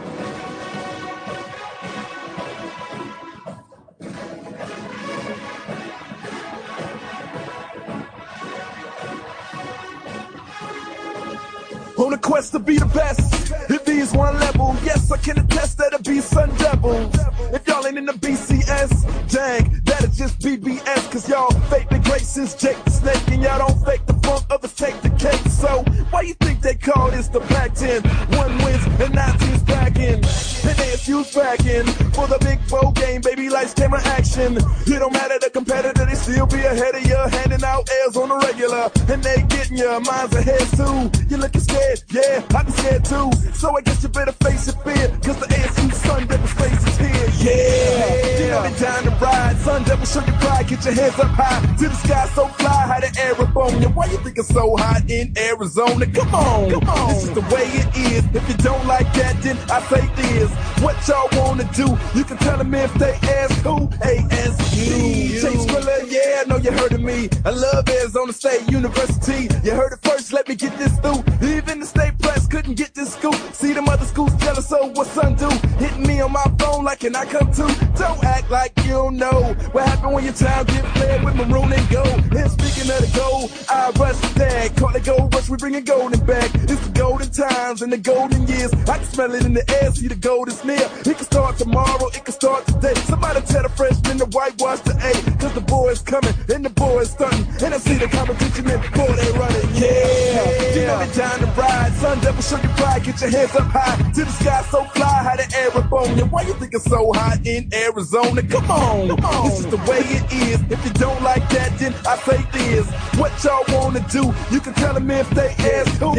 On a quest to be the best, it is one level. Yes, I can attest that it be Sun Devils. If y'all ain't in the BCS, dang, that'll just BBS. Cause y'all fake the great since Jake the Snake, and y'all don't fake the funk, others take the cake. So, why you think they call this the Pac-10? 1 wins and 9 teams back in. And ASU's back in for the big bowl game, baby, lights, camera, action. It don't matter the competitor, they still be ahead of you, handing out airs on the regular. And they getting your minds ahead too. You're looking scared, yeah, I'm scared too. So I guess you better face your fear, cause the ASU Sun Devils face is here. Yeah, you know they down to ride. Sun Devil, show your pride. Get your hands up high to the sky, so fly. How the air up on you. Why you think it's so hot in Arizona? Come on, come on. This is the way it is. If you don't like that, then I say this. What y'all wanna do? You can tell them if they ask who. ASU. Chase Thriller, yeah, I know you heard of me. I love Arizona State University. You heard it first, let me get this through. Even the state press couldn't get this scoop. See them other schools jealous, so what's undo? Hitting me on my phone like, can I come too? Don't act like you don't know what happened when your town get played with maroon and gold. And speaking of the gold, I rush the tag. Call it gold rush, we bringing golden back. It's the golden times and the golden years. I can smell it in the air, see the gold is near. It can start tomorrow, it can start today. Somebody tell the freshman to whitewash the A, cause the boys coming and the boys stunting. And I see the competition and before they running. Yeah, you know they down to ride. Sun Devil, show your pride, get your hands up high to the sky, so fly. How the air up on you. Why you think it's so hot in Arizona? Come on, come on. This is the way it is. If you don't like that, then I say this. What y'all wanna do? You can tell them if they ask who.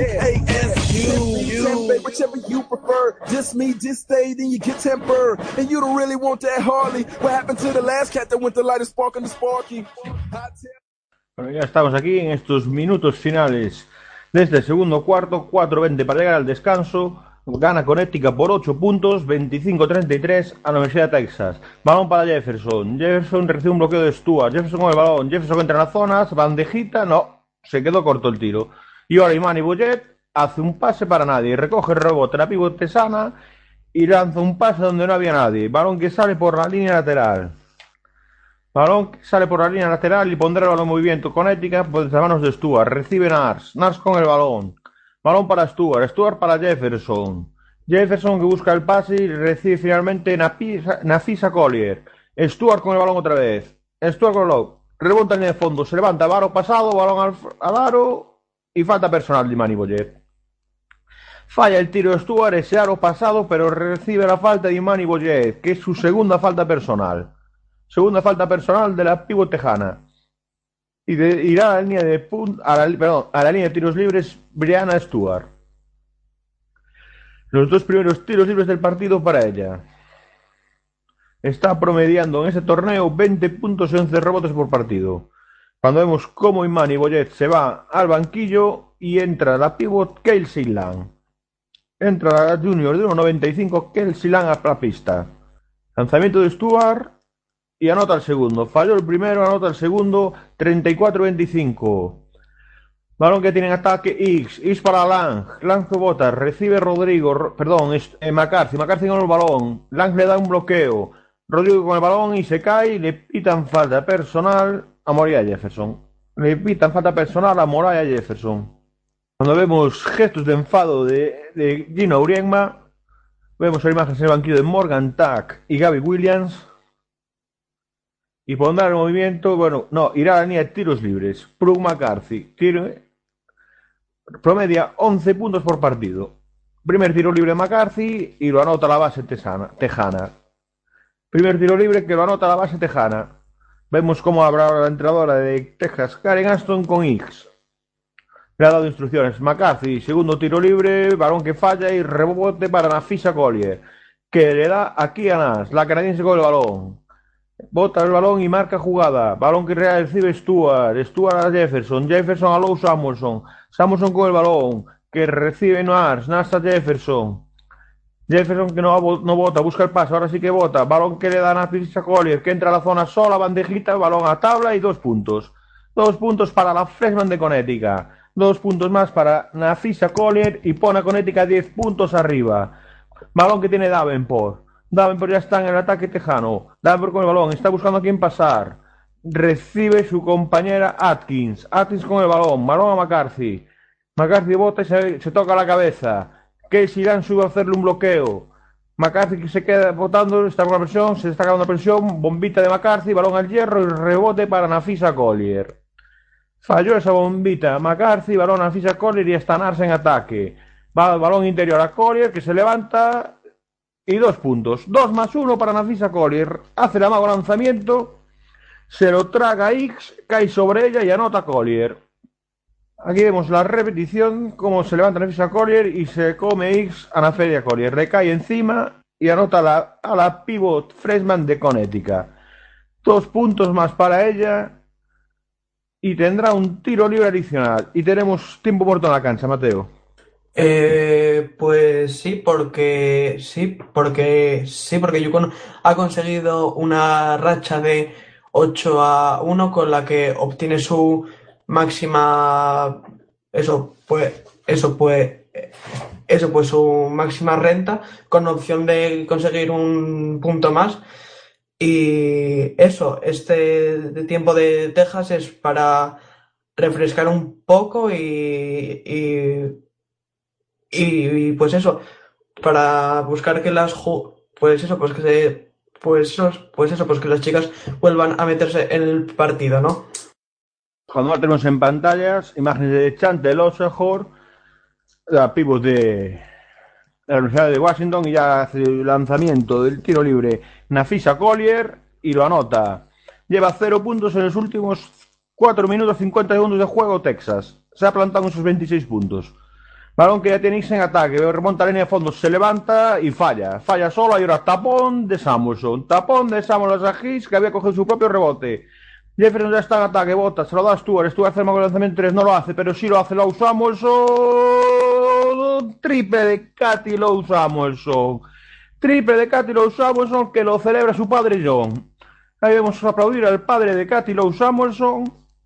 ASU. Tempe, whichever you prefer. Just me, just stay, then you get temper. And you don't really want that Harley. What happened to the last cat that went to light a spark on the Sparky? Bueno, ya estamos aquí en estos minutos finales desde el segundo cuarto, 4:20 para llegar al descanso. Gana Connecticut por 8 puntos, 25-33 a la Universidad de Texas. Balón para Jefferson. Jefferson recibe un bloqueo de Stewart. Jefferson con el balón. Jefferson entra en las zonas. Bandejita. No, se quedó corto el tiro. Y ahora Imani Boyet hace un pase para nadie. Recoge el rebote la pivote sana y lanza un pase donde no había nadie. Balón que sale por la línea lateral. Balón que sale por la línea lateral y pondrá el balón en movimiento Connecticut por las manos de Stewart. Recibe Nars. Nars con el balón. Balón para Stewart. Stewart para Jefferson. Jefferson que busca el pase y recibe finalmente Nafisa Collier. Stewart con el balón otra vez. Stewart con el balón. Rebota en el fondo. Se levanta. Aro pasado. Balón al aro. Y falta personal de Imani Boyet. Falla el tiro de Stewart. Ese aro pasado. Pero recibe la falta de Imani Boyet. Que es su segunda falta personal. Segunda falta personal de la pívot tejana. Y irá a la línea de a la línea de tiros libres Brianna Stewart. Los dos primeros tiros libres del partido para ella. Está promediando en ese torneo 20 puntos y 11 rebotes por partido. Cuando vemos cómo Imani Boyet se va al banquillo y entra la pívot Kelsey Lang. Entra la junior de 1.95 Kelsey Lang a la pista. Lanzamiento de Stewart. Y anota el segundo. Falló el primero, anota el segundo. 34-25. Balón que tiene en ataque X. X para Lang. Lang rebota. Recibe Rodrigo. McCarthy. McCarthy con el balón. Lang le da un bloqueo. Rodrigo con el balón y se cae. Y le pitan falta personal a Moriah Jefferson. Le pitan falta personal a Moriah Jefferson. Cuando vemos gestos de enfado de Gino Urienma, vemos la imagen en el banquillo de Morgan Tack y Gabby Williams. Y pondrá el movimiento, irá a la línea de tiros libres. Brooke McCarthy, promedia 11 puntos por partido. Primer tiro libre de McCarthy y lo anota la base tejana. Primer tiro libre que lo anota la base tejana. Vemos cómo habrá la entrenadora de Texas, Karen Aston, con X. Le ha dado instrucciones. McCarthy, segundo tiro libre, balón que falla y rebote para Nafisa Collier, que le da aquí a Nas, la canadiense con el balón. Bota el balón y marca jugada. Balón que recibe Stewart. Stewart a Jefferson. Jefferson a Lou Samuelson. Samuelson con el balón. Que recibe Nars. Nars a Jefferson. Jefferson que no bota. Busca el pase. Ahora sí que bota. Balón que le da a Nafisa Collier. Que entra a la zona sola. Bandejita. Balón a tabla y 2 puntos. 2 puntos para la freshman de Connecticut. 2 puntos más para Nafisa Collier. Y pone a Connecticut 10 puntos arriba. Balón que tiene Davenport. Davenport ya está en el ataque tejano. Davenport con el balón. Está buscando a quién pasar. Recibe su compañera Atkins. Atkins con el balón. Balón a McCarthy. McCarthy bota y se toca la cabeza. Casey Lang sube a hacerle un bloqueo. McCarthy que se queda botando. Está con la presión. Se está acabando la presión. Bombita de McCarthy. Balón al hierro y rebote para Nafisa Collier. Falló esa bombita. McCarthy. Balón a Nafisa Collier y está Nars en ataque. Va el balón interior a Collier que se levanta. Y 2 puntos. 2 más 1 para Nafisa Collier. Hace el amago lanzamiento. Se lo traga X. Cae sobre ella y anota Collier. Aquí vemos la repetición. Cómo se levanta Nafisa Collier y se come X a Naferia Collier. Le cae encima y anota a la pivot freshman de Connecticut. 2 puntos más para ella y tendrá un tiro libre adicional. Y tenemos tiempo muerto en la cancha, Mateo. Pues porque Yukon ha conseguido una racha de 8-1 con la que obtiene su máxima, su máxima renta, con opción de conseguir un punto más. Y este tiempo de Texas es para refrescar un poco y para buscar que que las chicas vuelvan a meterse en el partido, ¿no? Cuando tenemos en pantallas imágenes de Chantel Osahor, la pivot de la Universidad de Washington, y ya hace el lanzamiento del tiro libre Napheesa Collier y lo anota. Lleva 0 puntos en los últimos 4 minutos 50 segundos de juego Texas. Se ha plantado en sus 26 puntos. Balón que ya tiene en ataque, remonta la línea de fondo, se levanta y falla. Falla solo, y ahora tapón de Samuelson. Tapón de Samuelson a Hicks, que había cogido su propio rebote. Jefferson ya está en ataque, bota, se lo da a Stewart. Stewart hace el lanzamiento 3, no lo hace, pero sí lo hace Lou Samuelson. Triple de Katie Lou Samuelson. Triple de Katie Lou Samuelson, que lo celebra su padre John. Ahí vemos aplaudir al padre de Katie Lou Samuelson.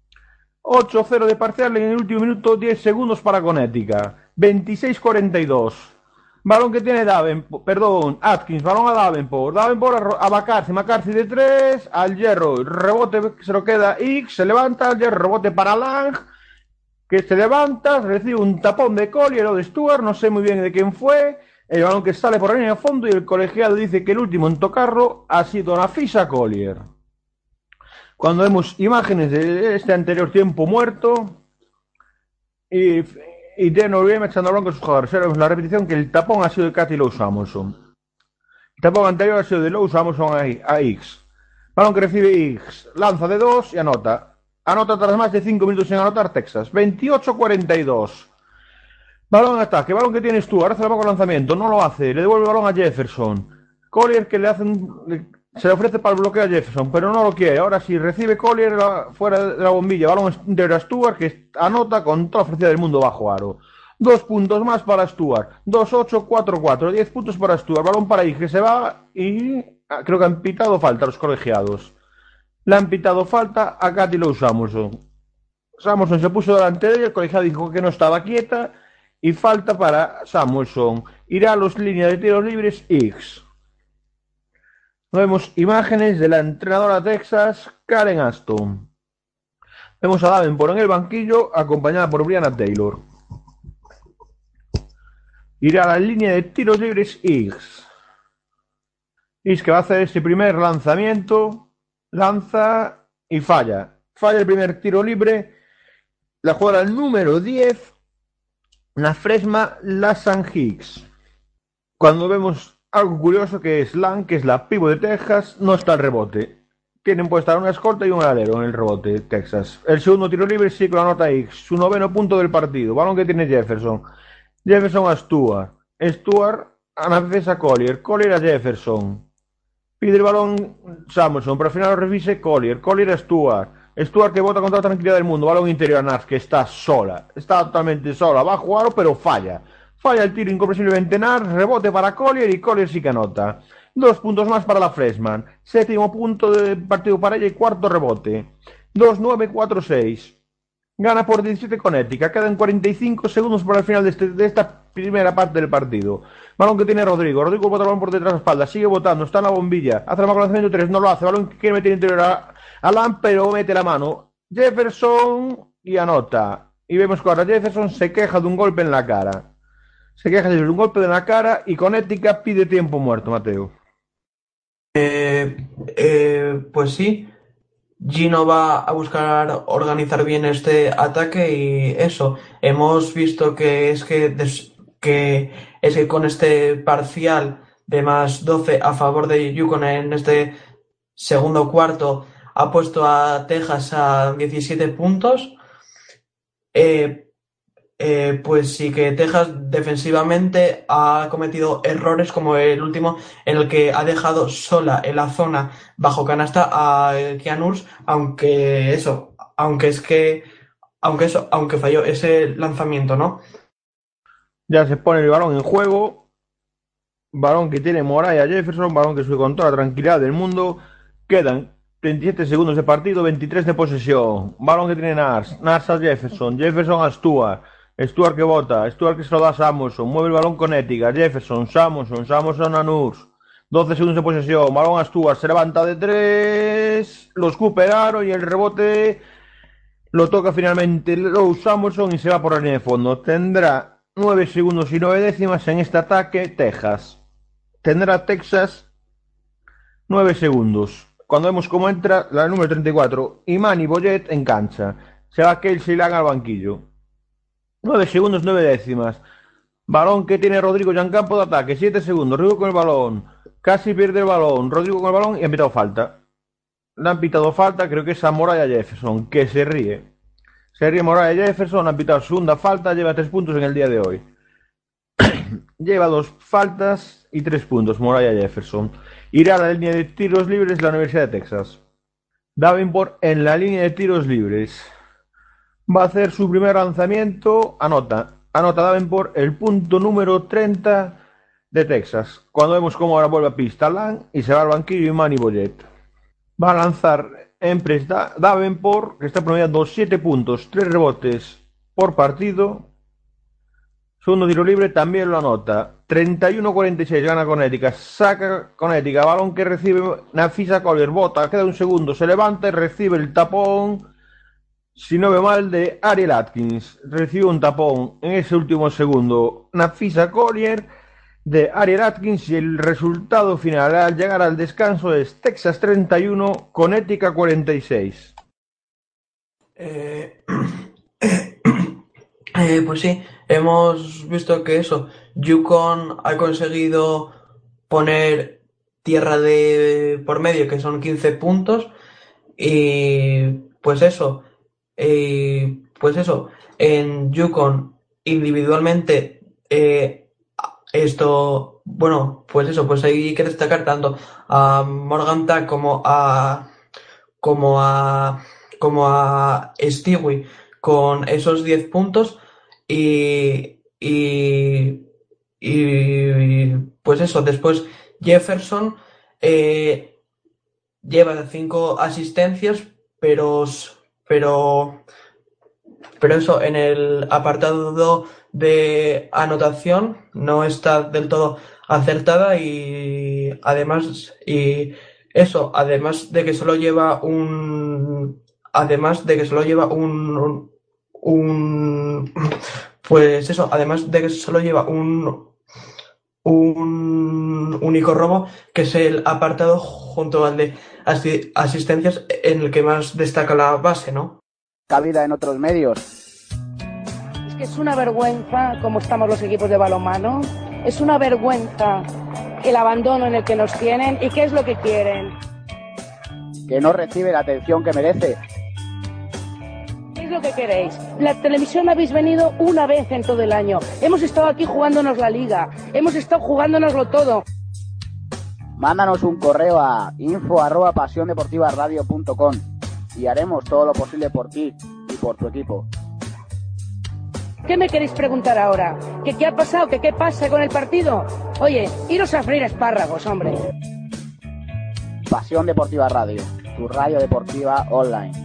8-0 de parcial en el último minuto, 10 segundos para Connecticut. 26-42. Balón que tiene Atkins, balón a Davenport a McCarthy de 3, al hierro, rebote se lo queda Hicks, se levanta, al hierro, rebote para Lang, que se levanta, recibe un tapón de Collier o de Stewart, no sé muy bien de quién fue, el balón que sale por la línea de fondo, y el colegiado dice que el último en tocarlo ha sido Napheesa Collier. Cuando vemos imágenes de este anterior tiempo muerto y Dan O'Brien echando bronca a sus jugadores, vemos la repetición que el tapón ha sido de Katie Lou Samuelson. El tapón anterior ha sido de Lou Samuelson a Hicks. Balón que recibe Hicks, lanza de 2 y anota. Anota tras más de 5 minutos sin anotar Texas. 28-42. Balón en ataque, balón que tiene Stewart, hace el bajo lanzamiento, no lo hace, le devuelve el balón a Jefferson. Collier que se le ofrece para el bloqueo a Jefferson, pero no lo quiere. Ahora sí, recibe Collier fuera de la bombilla. Balón de Stewart, que anota con toda la ofrecida del mundo bajo aro. 2 puntos más para Stewart. 2-8, 4-4. 10 puntos para Stewart. Balón para Hicks, que se va y creo que han pitado falta a los colegiados. Le han pitado falta a Katie Lou Samuelson. Samuelson se puso delante de ella, el colegiado dijo que no estaba quieta y falta para Samuelson. Irá a las líneas de tiros libres Hicks. Vemos imágenes de la entrenadora de Texas, Karen Aston. Vemos a Davenport en el banquillo, acompañada por Brianna Taylor. Irá a la línea de tiros libres Hicks. Hicks que va a hacer este primer lanzamiento, lanza y falla. Falla el primer tiro libre. La jugadora número 10, la freshman Lassan Hicks. Cuando vemos algo curioso, que es Lang, que es la pivot de Texas, no está el rebote. Tienen puesta una escolta y un alero en el rebote de Texas. El segundo tiro libre sí que lo anota Hicks, su 9º punto del partido. Balón que tiene Jefferson. Jefferson a Stewart. Stewart a Napheesa Collier. Collier a Jefferson. Pide el balón Samuelson, pero al final lo revise Collier. Collier a Stewart. Stewart que bota con toda la tranquilidad del mundo. Balón interior a Nash, que está sola. Está totalmente sola. Va a jugar, pero falla. Falla el tiro incomprensiblemente Nash, rebote para Collier y Collier sí que anota. 2 puntos más para la freshman. 7º punto de partido para ella y 4º rebote. 2-9, 4-6. Gana por 17 Connecticut. Quedan 45 segundos para el final de esta primera parte del partido. Balón que tiene Rodrigo. Rodrigo bota el balón por detrás de la espalda. Sigue botando. Está en la bombilla. Hace el lanzamiento 3. No lo hace. Balón que quiere meter interior a Lamb, pero mete la mano Jefferson y anota. Y vemos que ahora Jefferson se queja de un golpe en la cara. Se queja de un golpe en la cara y Connecticut pide tiempo muerto, Mateo. Pues sí. Gino va a buscar organizar bien este ataque y eso. Hemos visto que con este parcial de más 12 a favor de Yukon en este segundo cuarto ha puesto a Texas a 17 puntos. pues sí que Texas defensivamente ha cometido errores como el último en el que ha dejado sola en la zona bajo canasta a Keanu Urs, aunque falló ese lanzamiento, ¿no? Ya se pone el balón en juego, balón que tiene Moriah Jefferson, balón que sube con toda la tranquilidad del mundo. Quedan 27 segundos de partido, 23 de posesión. Balón que tiene Nars a Jefferson, Jefferson a Stuart que bota, Stuart que se lo da a Samuelson, mueve el balón con ética, Jefferson, Samuelson a Nurs. 12 segundos de posesión, balón a Stuart, se levanta de 3, lo escupe el aro y el rebote lo toca finalmente Low Samuelson y se va por la línea de fondo. Tendrá 9 segundos y 9 décimas en este ataque Texas. Tendrá Texas 9 segundos. Cuando vemos cómo entra la número 34, Imani Bollet en cancha. Se va Kelsey Lang al banquillo. 9 segundos, 9 décimas. Balón que tiene Rodrigo ya en campo de ataque. 7 segundos. Rodrigo con el balón. Casi pierde el balón. Rodrigo con el balón y han pitado falta. Le han pitado falta, creo que es a Moriah Jefferson, que se ríe. Se ríe Moriah Jefferson, han pitado segunda falta, lleva 3 puntos en el día de hoy. Lleva 2 faltas y 3 puntos Moriah Jefferson. Irá a la línea de tiros libres de la Universidad de Texas. Davenport en la línea de tiros libres. Va a hacer su primer lanzamiento. Anota Davenport el punto número 30 de Texas. Cuando vemos cómo ahora vuelve a pista Lang y se va al banquillo Imani Bollet. Va a lanzar Empress Davenport, que está promediando 7 puntos, 3 rebotes por partido. Segundo tiro libre también lo anota. 31-46, gana Connecticut. Saca Connecticut, balón que recibe Napheesa Collier, bota, queda un segundo, se levanta y recibe el tapón, si no veo mal, de Ariel Atkins. Recibe un tapón en ese último segundo Napheesa Collier de Ariel Atkins y el resultado final al llegar al descanso es Texas 31, Connecticut 46. Pues sí, hemos visto que UConn ha conseguido poner tierra de por medio, que son 15 puntos, y pues eso, en UConn individualmente pues hay que destacar tanto a Morgantown como a Stewie con esos 10 puntos y pues eso, después Jefferson lleva 5 asistencias, pero eso en el apartado de anotación no está del todo acertada y además de que solo lleva un único robo, que es el apartado junto al de asistencias en el que más destaca la base, ¿no? Cabida en otros medios. Es que es una vergüenza cómo estamos los equipos de balonmano, es una vergüenza el abandono en el que nos tienen y qué es lo que quieren. Que no recibe la atención que merece. ¿Qué es lo que queréis? La televisión habéis venido una vez en todo el año. Hemos estado aquí jugándonos la liga, hemos estado jugándonoslo todo. Mándanos un correo a info@pasiondeportivaradio.com y haremos todo lo posible por ti y por tu equipo. ¿Qué me queréis preguntar ahora? ¿Que qué ha pasado? ¿Que qué pasa con el partido? Oye, iros a freír espárragos, hombre. Pasión Deportiva Radio, tu radio deportiva online.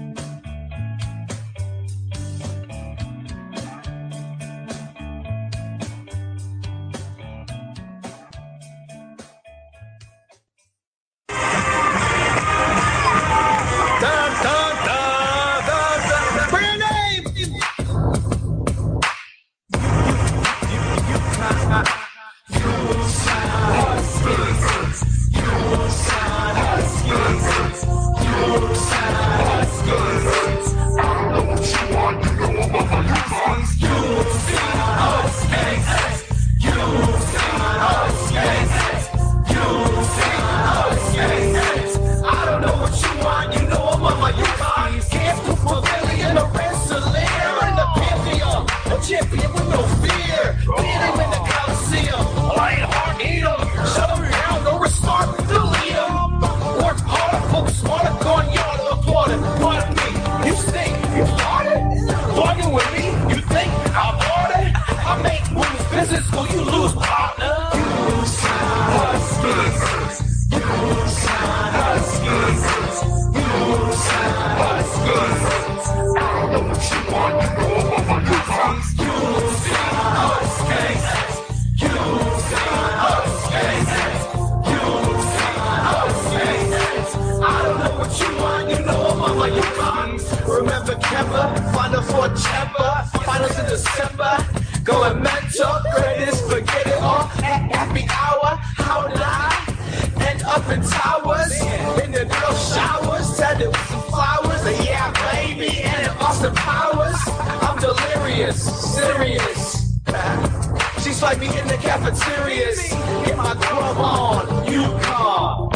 Cisco, you lose, partner. You sound Huskies. You sound Huskies. You sound Huskies. I don't know what you want, you know what my Huskies. You sound Huskies. You sound Huskies. You sound Huskies. I don't know what you want, you know mama, you comes. Remember Kemba, Final Four Chamber, Finals in December. Going mental, greatest, forget it all. Happy hour, how did I end up in towers? In the girl showers, said it was some flowers. Yeah, baby, and in Austin Powers. I'm delirious, serious. She swiped me in the cafeterias. Get my grub on, you call.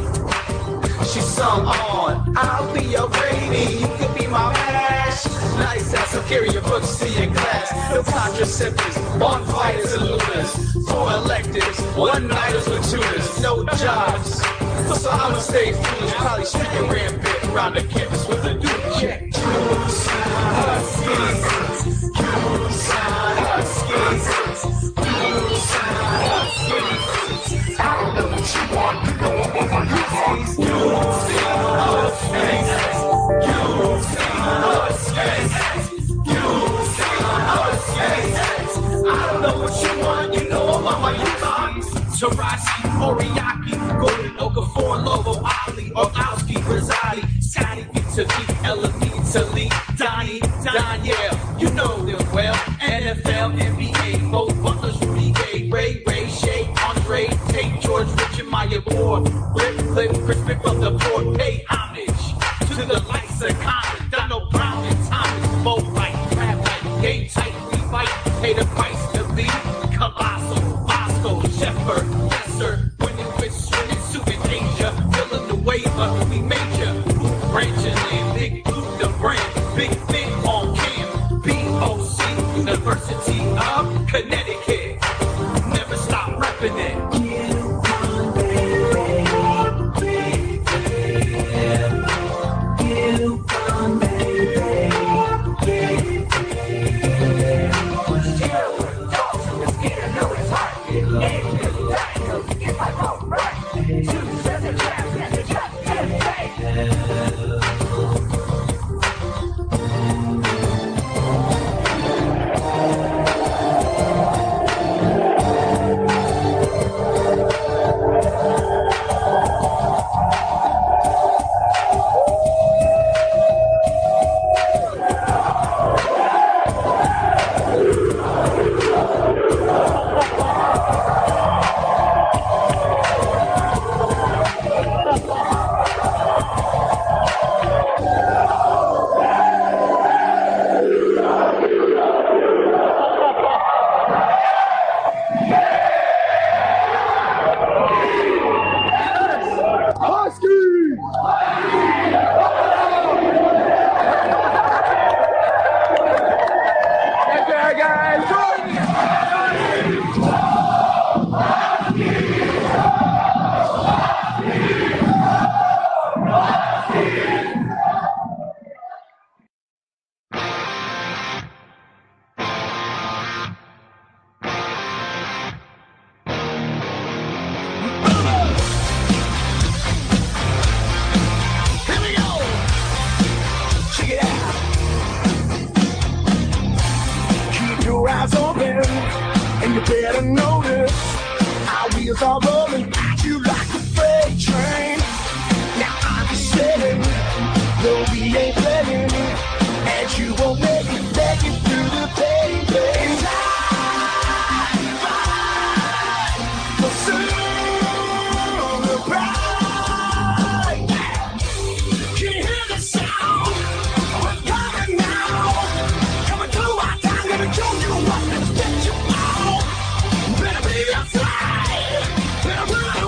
She sung on, I'll be your baby, you could be my mash. Nice ass, I'll carry your books to your class. No contraceptives, bonfires and looters. 4 electives, one-nighters with tutors. No jobs, so I'ma stay foolish. Probably streaking rampant around the campus with a new check. You sound Huskies. You sound Huskies. You sound Huskies. I don't know what you want, you know what my Huskies. You sound Huskies. You sound Huskies. You sound Huskies. I don't know what you want, you know mama, you comes. Tarashi, Moriaki, Golden Okafor, Lobo, Ali, Orlowski, Rosati, Scotty, Vitavi, Elamine, Talik, Donnie, Danielle, you know them well. NFL, NBA, both Butlers, Rudy Gay, Ray, Shay, Andre, Tate, George, Richard, Maya Moore, Rip, Cliff, Crispin from the board, pay homage to the likes of Connor, Donald Brown, and Thomas, both like, rap like, game tight, we fight, pay the price to lead, Colossal, Bosco, Shepard, Lester, winning with swimming suit in Asia, filling the waiver, we major, branching in, big blue, the brand, big thing on cam, BOC, University of Connecticut, never stop repping it. Better be outside. Better run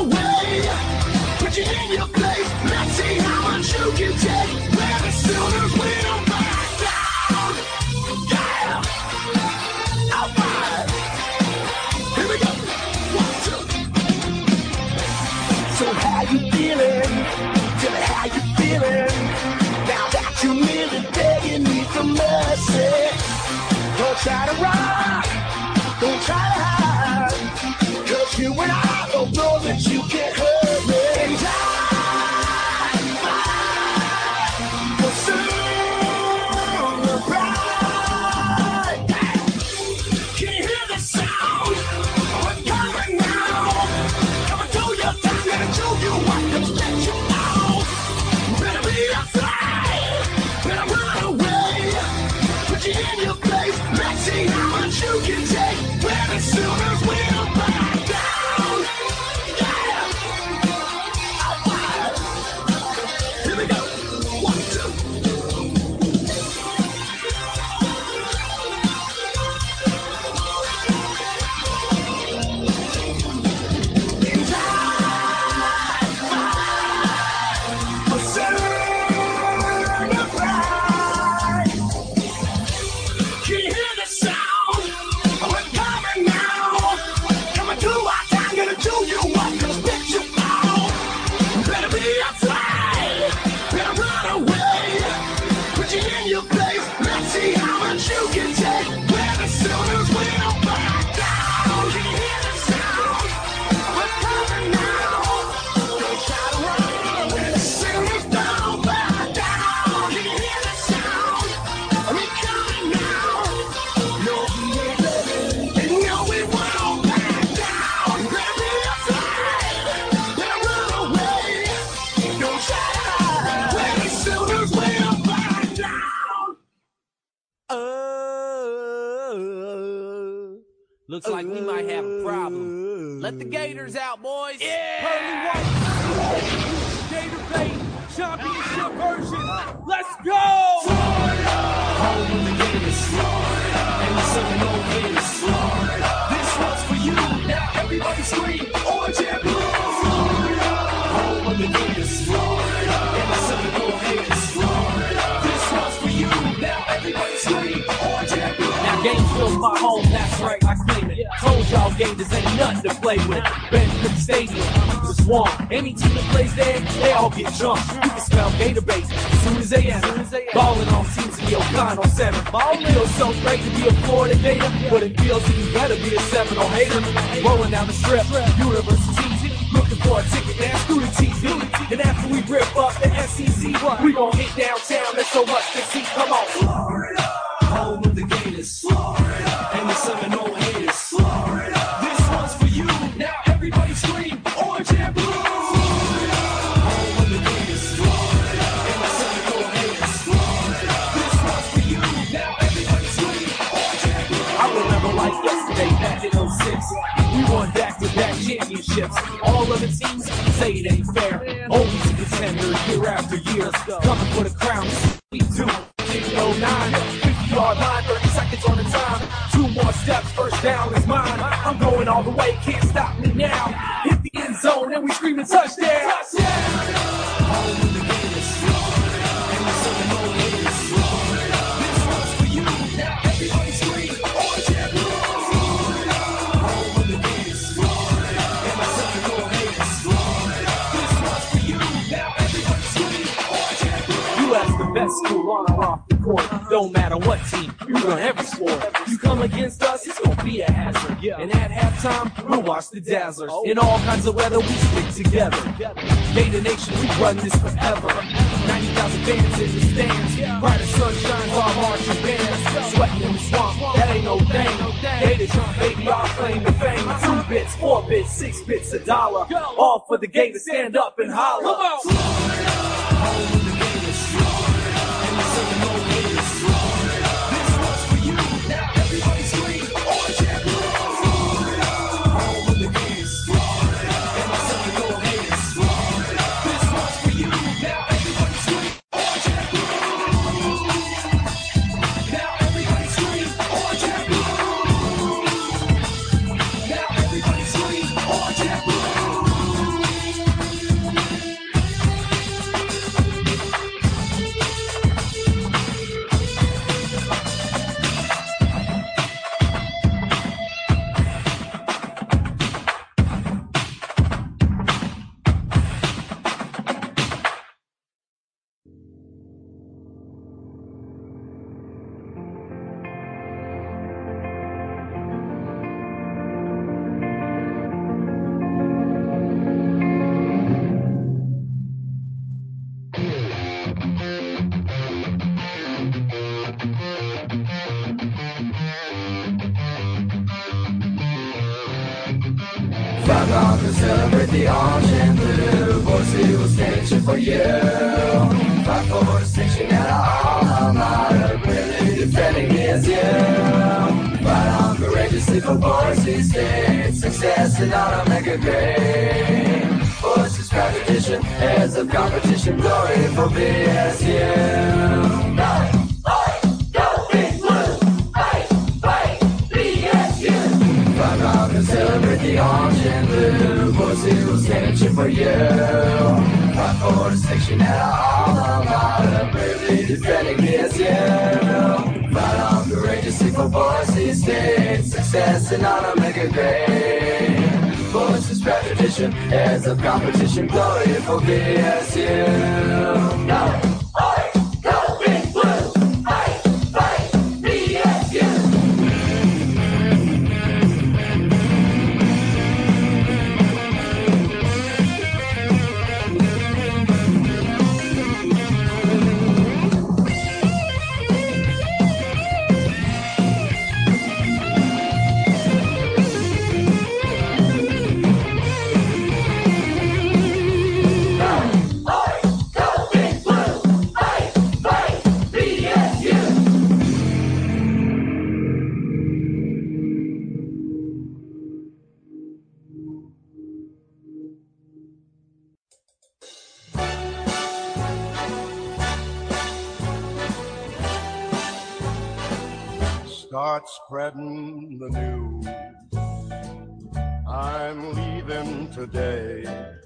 Looks like we might have a problem. Let the Gators out, boys. Yeah! Pearly white. Gator bait. Championship version. Let's go! Florida. Home of the Gators. Florida. And the 7-0 Gators. Florida. This one's for you. Now everybody scream. Orange and blue. Florida. Home of the Gators. Florida. And the 7-0 Gators. Florida. This one's for you. Now everybody scream. Orange and blue. Now Gainesville's my home, that's right, I claim it. Told y'all Gators ain't nothing to play with. Benjamin Stadium, the Swamp. Any team that plays there, they all get jumped. You can smell Gator bait as soon as they enter. Ballin' on teams in the O'Connell Center. It feels so great to be a Florida Gator, but it feels even better to be a Seminole hater. Rolling down the strip, University, looking for a ticket, now through the TV. And after we rip up the SEC, we gon' hit downtown, there's so much to see, come on. Florida, home of the Gators. Florida, and the 7-0 haters. Florida, this one's for you. Now everybody scream, orange and blue. Florida, home of the Gators. Florida, and the 7-0 haters. Florida, this one's for you. Now everybody scream, orange and blue. I remember like yesterday, back in 06. We won back-to-back championships. All of the teams say it ain't fair. Always a contender year after year. Coming for the crown, we do. 09, 50-yard line, 30 seconds on the time. 2 more steps, first down is mine. I'm going all the way, can't stop me now. Hit the end zone and we scream a touchdown. Home of the Gators. Florida, and the 7-0 haters. Florida, this one's for you. Now everybody scream, orange and blue. Florida, home of the Gators. Florida, and the 7-0 haters. Florida, this one's for you. Now everybody scream, orange and blue. You ask the best school on or off the court. Don't matter what team, you run every sport. You come against us, it's gonna be a hazard. And at halftime, we'll watch the Dazzlers. In all kinds of weather, we stick together. Gator Nation, we run this forever. 90,000 Gators in the stands. Brighter sun shines on marching bands. Sweating in the swamp, that ain't no thing. Gators, baby, our claim to fame. 2 bits, 4 bits, 6 bits, $1. All for the Gators, stand up and holler. Come on. Florida, home of the Gators. Florida, and the 7-0 haters. Florida, this one's for you. Now everybody scream, orange and blue. Florida, home of the Gators. Florida, and the 7-0 haters. Florida, this one's for you. Now everybody scream, orange and blue. Now everybody scream, orange and blue. Now everybody scream, orange and blue. Five rounds to celebrate the orange and blue. Boys, we will stand for you. Fight for the distinction at our alma mater. Really defending against you. Fight on courageously for Boise State. Success and honor make it great. Boise's proud tradition, heads of competition, glory for BSU. Go Big Blue, fight, fight, BSU. Fight round to celebrate the orange and blue. Boise will stand and cheer for you. Fight for distinction at our alma mater. Bravely defending BSU. Fight on courageously for Boise State. Success and honor make it great. Boise's proud tradition, heads of competition, glory for BSU. Go Big Blue, fight, fight, BSU. Go Big Blue. start spreading the news. I'm leaving today.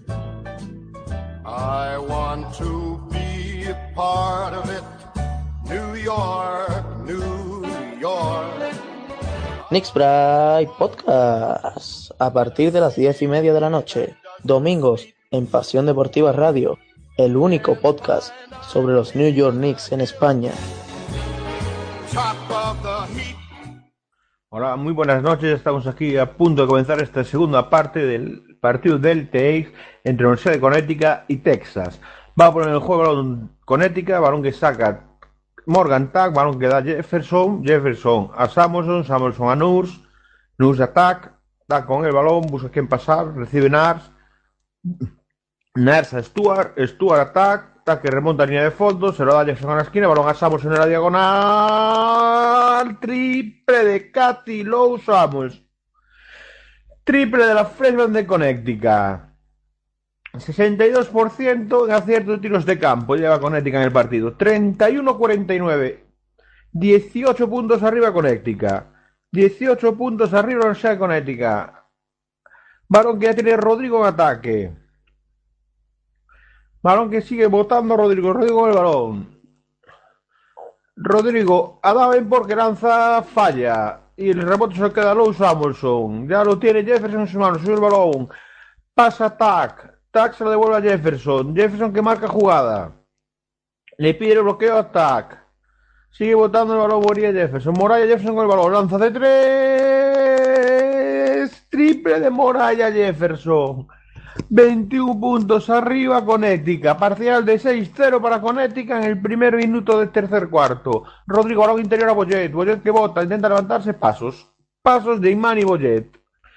I want to be a part of it. New York, New York. Knicks Pride Podcast, a partir de las 10:30 de la noche, domingos en Pasión Deportiva Radio, el único podcast sobre los New York Knicks en España. Hola, muy buenas noches, estamos aquí a punto de comenzar esta segunda parte del partido del TX entre la Universidad de Connecticut y Texas. Va a poner en el juego balón Connecticut, balón que saca Morgan Tack, balón que da Jefferson a Samuelson a Nurse a Tack con el balón, busca quien pasar, recibe Nars a Stuart a Tack que remonta a línea de fondo, se lo da a Jefferson a la esquina, balón a Samuelson en la diagonal, triple de Cathy Lowe Samuels, triple de la freshman de Connecticut. 62% en acierto de tiros de campo lleva Connecticut en el partido. 31-49. 18 puntos arriba Connecticut. 18 puntos arriba la Universidad de Connecticut. Balón que ya tiene Rodrigo en ataque. Balón que sigue botando Rodrigo con el balón. Rodrigo a Davenport que lanza, falla. Y el rebote se lo queda a Lowe Samuelson. Ya lo tiene Jefferson en sus manos. Sube el balón. Pasa Tack se lo devuelve a Jefferson que marca jugada, le pide el bloqueo a Tack, sigue botando el balón Moriah Jefferson con el balón, lanza de 3, triple de Moriah Jefferson, 21 puntos arriba Connecticut, parcial de 6-0 para Connecticut en el primer minuto del tercer cuarto. Rodrigo, balón interior a Boyet que bota, intenta levantarse, pasos de Imani Boyet,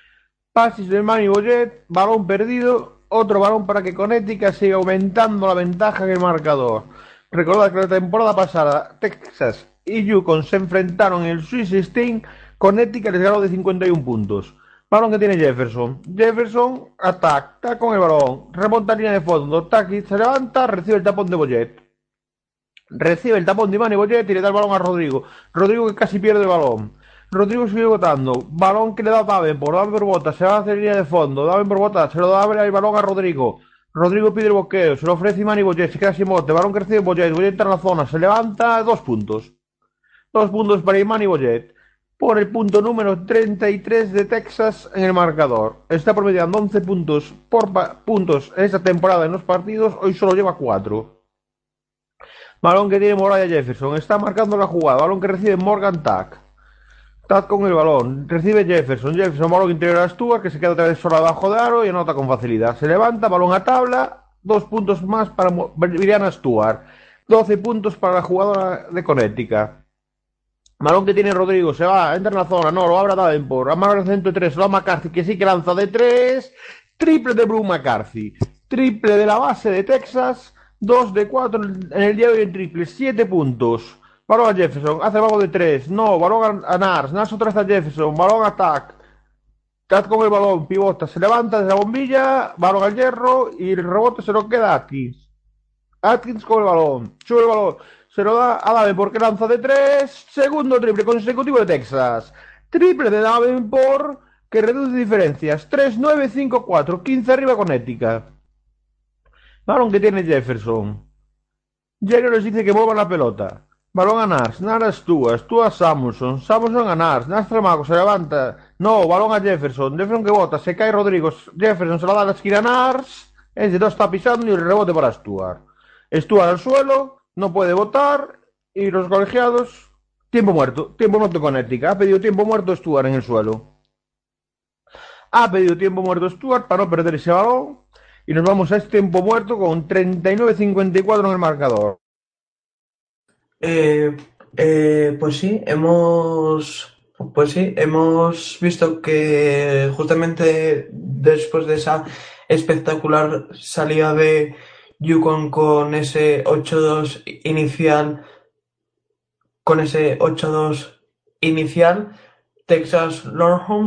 balón perdido. Otro balón para que Connecticut siga aumentando la ventaja en el marcador. Recordad que la temporada pasada Texas y Yukon se enfrentaron en el Sweet 16. Connecticut les ganó de 51 puntos. Balón que tiene Jefferson Tack con el balón, remonta línea de fondo, Tack se levanta, recibe el tapón de Boyet. Recibe el tapón de Imani Boyet y le da el balón a Rodrigo que casi pierde el balón. Rodrigo sigue botando, balón que le da Davenport bota, se va a hacer línea de fondo, Davenport bota, se lo da el balón a Rodrigo pide el bloqueo, se lo ofrece Imani Boyet, se queda sin bote, balón que recibe Boyet entra en la zona, se levanta, 2 puntos para Imani Boyet, por el punto número 33 de Texas en el marcador, está promediando 11 puntos en esta temporada en los partidos, hoy solo lleva 4. Balón que tiene Moriah Jefferson, está marcando la jugada, balón que recibe Morgan Tack con el balón, recibe Jefferson, balón interior a Stuart que se queda otra vez solo abajo de aro y anota con facilidad, se levanta, balón a tabla, 2 puntos más para Brianna Stuart, 12 puntos para la jugadora de Connecticut. Balón que tiene Rodrigo, se va, entra en la zona, no, lo abre a Davenport, amarra el centro de 3, se lo da McCarthy que sí que lanza de 3, triple de Brooke McCarthy, triple de la base de Texas, 2 de 4 en el día de hoy en triple, 7 puntos. Balón a Jefferson, hace el balón de 3, no, balón a Nars otra vez a Jefferson, balón a Tack con el balón, pivota, se levanta desde la bombilla, balón al hierro y el rebote se lo queda a Atkins con el balón, sube el balón, se lo da a Davenport que lanza de 3, segundo triple consecutivo de Texas, triple de Davenport que reduce diferencias, 3-9, 5-4, 15 arriba Connecticut. Balón que tiene Jefferson, Jerry les dice que muevan la pelota. Balón a Nars a Stuart a Samuelson a Nars tramaco, se levanta, no, balón a Jefferson que bota, se cae Rodrigo, Jefferson se la da a la esquina a Nars, ese 2 está pisando y el rebote para Stuart al suelo, no puede votar y los colegiados, tiempo muerto Connecticut, ha pedido tiempo muerto Stuart en el suelo, para no perder ese balón y nos vamos a este tiempo muerto con 39-54 en el marcador. Pues sí, hemos visto que justamente después de esa espectacular salida de Yukon con ese 8-2 inicial, Texas Longhorn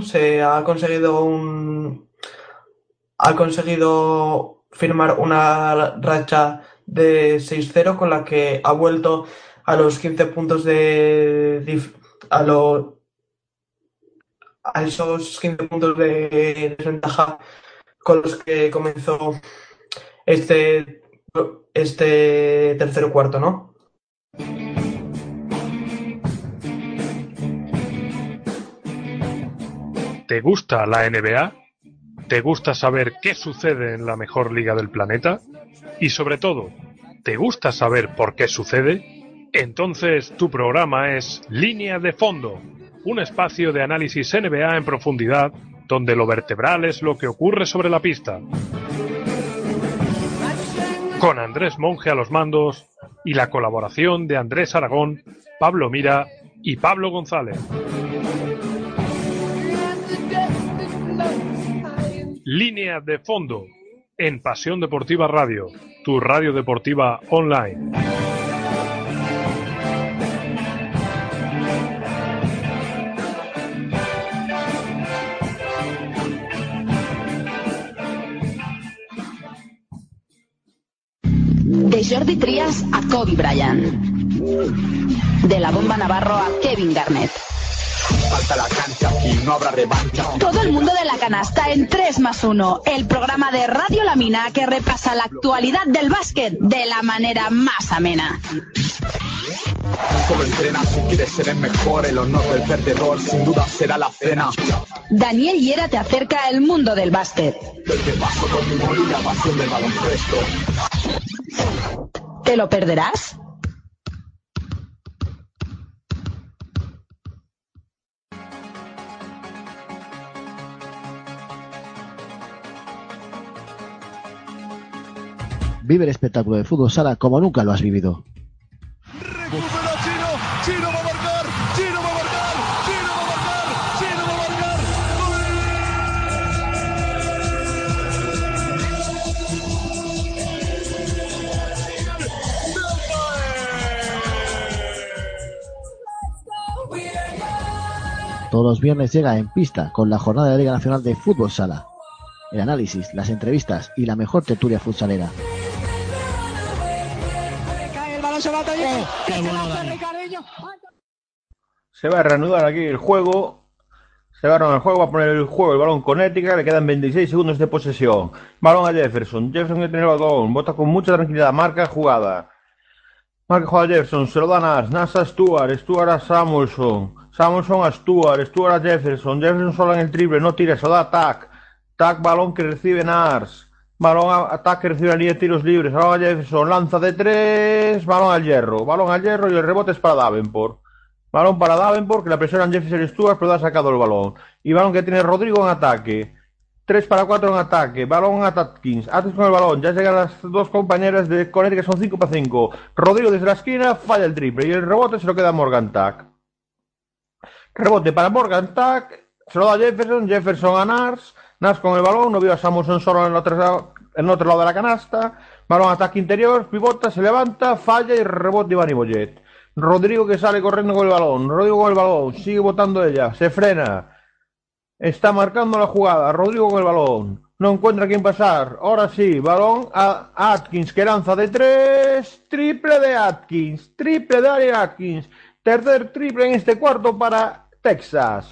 ha conseguido firmar una racha de 6-0 con la que ha vuelto a los 15 puntos a esos 15 puntos de desventaja con los que comenzó este tercer cuarto, ¿no? ¿Te gusta la NBA? ¿Te gusta saber qué sucede en la mejor liga del planeta? Y sobre todo, ¿te gusta saber por qué sucede? Entonces tu programa es Línea de Fondo, un espacio de análisis NBA en profundidad, donde lo vertebral es lo que ocurre sobre la pista. Con Andrés Monge a los mandos y la colaboración de Andrés Aragón, Pablo Mira y Pablo González. Línea de Fondo, en Pasión Deportiva Radio, tu radio deportiva online. De Jordi Trias a Kobe Bryant. De la Bomba Navarro a Kevin Garnett. Falta la cancha, aquí no habrá revancha. Todo el mundo de la canasta en 3+1, el programa de Radio La Mina que repasa la actualidad del básquet de la manera más amena. Solo entrena si quieres ser el mejor, el honor del perdedor sin duda será la cena. Daniel Hiera te acerca al mundo del básquet. El que paso conmigo y la pasión del baloncesto. ¿Te lo perderás? Vive el espectáculo de fútbol sala como nunca lo has vivido. Recupera Chino, Chino va a marcar, Chino va a marcar, Chino va a marcar, Chino va a marcar. Todos los viernes llega En Pista con la jornada de Liga Nacional de Fútbol Sala. El análisis, las entrevistas y la mejor tertulia futsalera. Se va a reanudar aquí el juego. Se va a reanudar el juego, va a poner el balón con ética. Le quedan 26 segundos de posesión. Balón a Jefferson. Jefferson que tiene el balón. Bota con mucha tranquilidad. Marca jugada. Marca jugada Jefferson. Se lo da Nas. Nas a Stuart. Stuart a Samuelson. Samuelson a Stuart. Stuart a Jefferson. Jefferson solo en el triple. No tira. Se lo da a Tac. Tac, balón que recibe Nars. Balón a Tac que recibe la línea de tiros libres. Balón a Jefferson. Lanza de 3. Balón al hierro. Balón al hierro y el rebote es para Davenport. Balón para Davenport, que la presionan Jefferson y Stuart, pero ha sacado el balón. Y balón que tiene Rodrigo en ataque. 3-4 en ataque. Balón a Atkins. Atkins con el balón. Ya llegan las dos compañeras de Connecticut, que son 5-5. Rodrigo desde la esquina, falla el triple. Y el rebote se lo queda a Morgan Tack. Rebote para Morgan Tack. Se lo da Jefferson. Jefferson a Nars. Nars con el balón. No vio a Samuelson solo en el otro lado de la canasta. Balón a ataque interior. Pivota, se levanta, falla y rebote Iván Iboyet. Rodrigo que sale corriendo con el balón. Rodrigo con el balón. Sigue botando ella. Se frena. Está marcando la jugada. Rodrigo con el balón. No encuentra a quién pasar. Ahora sí. Balón a Atkins que lanza de 3. Triple de Atkins. Triple de Ari Atkins. Tercer triple en este cuarto para Texas.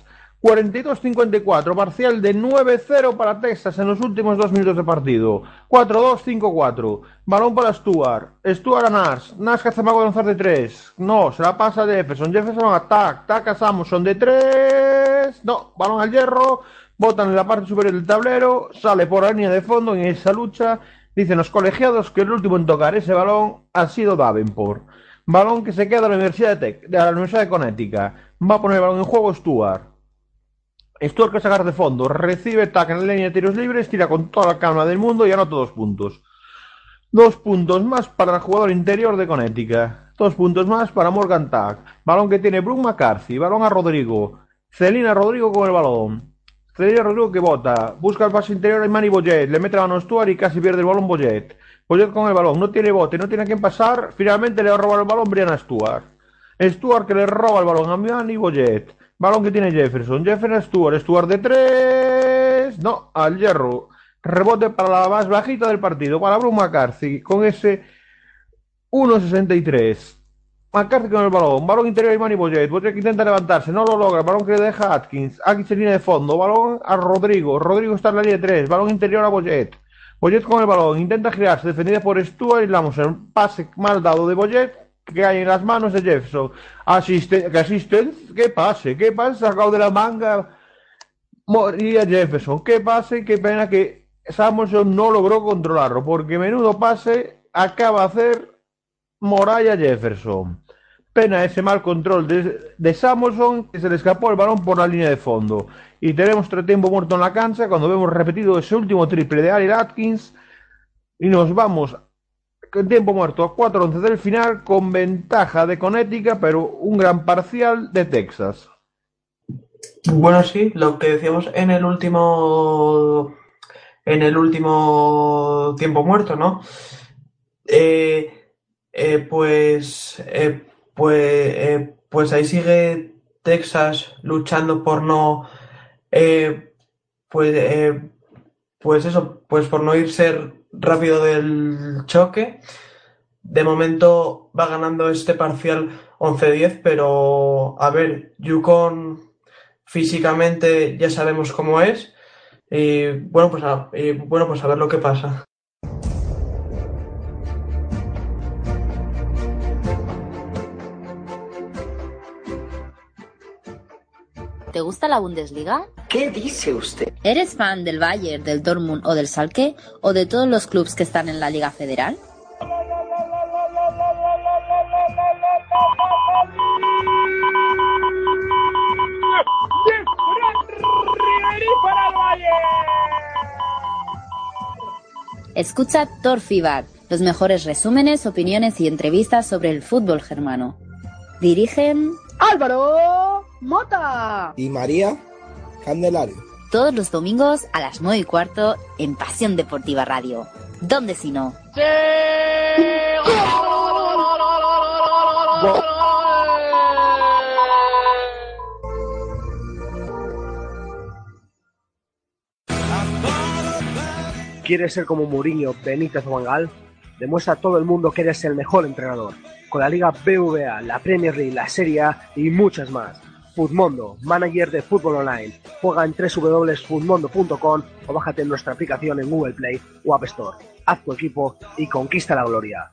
42-54. Parcial de 9-0 para Texas en los últimos 2 minutos de partido. 4-2, 5-4. Balón para Stuart. Stuart a Nars. Nars que hace mago de lanzar de 3. No, se la pasa a Jefferson. Jefferson a Tac. Tac a Samuelson de 3. No, balón al hierro. Botan en la parte superior del tablero. Sale por la línea de fondo en esa lucha. Dicen los colegiados que el último en tocar ese balón ha sido Davenport. Balón que se queda a la Universidad de Connecticut. Va a poner el balón en juego Stuart. Stuart que sacar de fondo, recibe Tac en la línea de tiros libres, tira con toda la calma del mundo y anota 2 puntos. 2 puntos más para el jugador interior de Connecticut. 2 puntos más para Morgan Tack. Balón que tiene Brooke McCarthy, balón a Rodrigo. Celina Rodrigo con el balón. Celina Rodrigo que bota, busca el pase interior a Imani Boyet, le mete la mano a Stuart y casi pierde el balón Boyet. Boyet con el balón, no tiene bote, no tiene a quién pasar, finalmente le va a robar el balón Brianna Stuart. Stuart que le roba el balón a Imani Boyet. Balón que tiene Jefferson. Jefferson Stuart. Stuart de 3. No, al hierro. Rebote para la más bajita del partido. Para Brooke McCarthy. Con ese 1.63. McCarthy con el balón interior y Manny Boyet que intenta levantarse, no lo logra, balón que le deja a Atkins en línea de fondo, balón a Rodrigo está en la línea de 3, balón interior a Boyet con el balón, intenta girarse, defendida por Stuart y Lamosen, pase mal dado de Boyet que cae en las manos de Jefferson, ¿qué pase sacado de la manga, moría Jefferson, qué pase, qué pena que Samuelson no logró controlarlo, porque menudo pase acaba de hacer Moriah Jefferson. Pena ese mal control de Samuelson, que se le escapó el balón por la línea de fondo. Y tenemos 3 tiempo muerto en la cancha cuando vemos repetido ese último triple de Ari Atkins. Y nos vamos en tiempo muerto a 4-11 del final con ventaja de Connecticut, pero un gran parcial de Texas. Bueno, sí, lo que decíamos en el último tiempo muerto, ¿no? Pues ahí sigue Texas luchando por no por no irse rápido del choque. De momento va ganando este parcial 11-10, pero a ver, Yukon físicamente ya sabemos cómo es. Y bueno, pues a ver lo que pasa. ¿Te gusta la Bundesliga? ¿Qué dice usted? ¿Eres fan del Bayern, del Dortmund o del Schalke? ¿O de todos los clubes que están en la Liga Federal? Escucha Torfibar, los mejores resúmenes, opiniones y entrevistas sobre el fútbol germano. Dirigen Álvaro Mota y María Candelario. Todos los domingos a las 9:15 en Pasión Deportiva Radio. ¿Dónde si no? ¡Sí! ¿Quieres ser como Mourinho, Benítez o Van Gaal? Demuestra a todo el mundo que eres el mejor entrenador. Con la Liga BBVA, la Premier League, la Serie A y muchas más. Futmundo, manager de fútbol online. Juega en www.futmundo.com o bájate nuestra aplicación en Google Play o App Store. Haz tu equipo y conquista la gloria.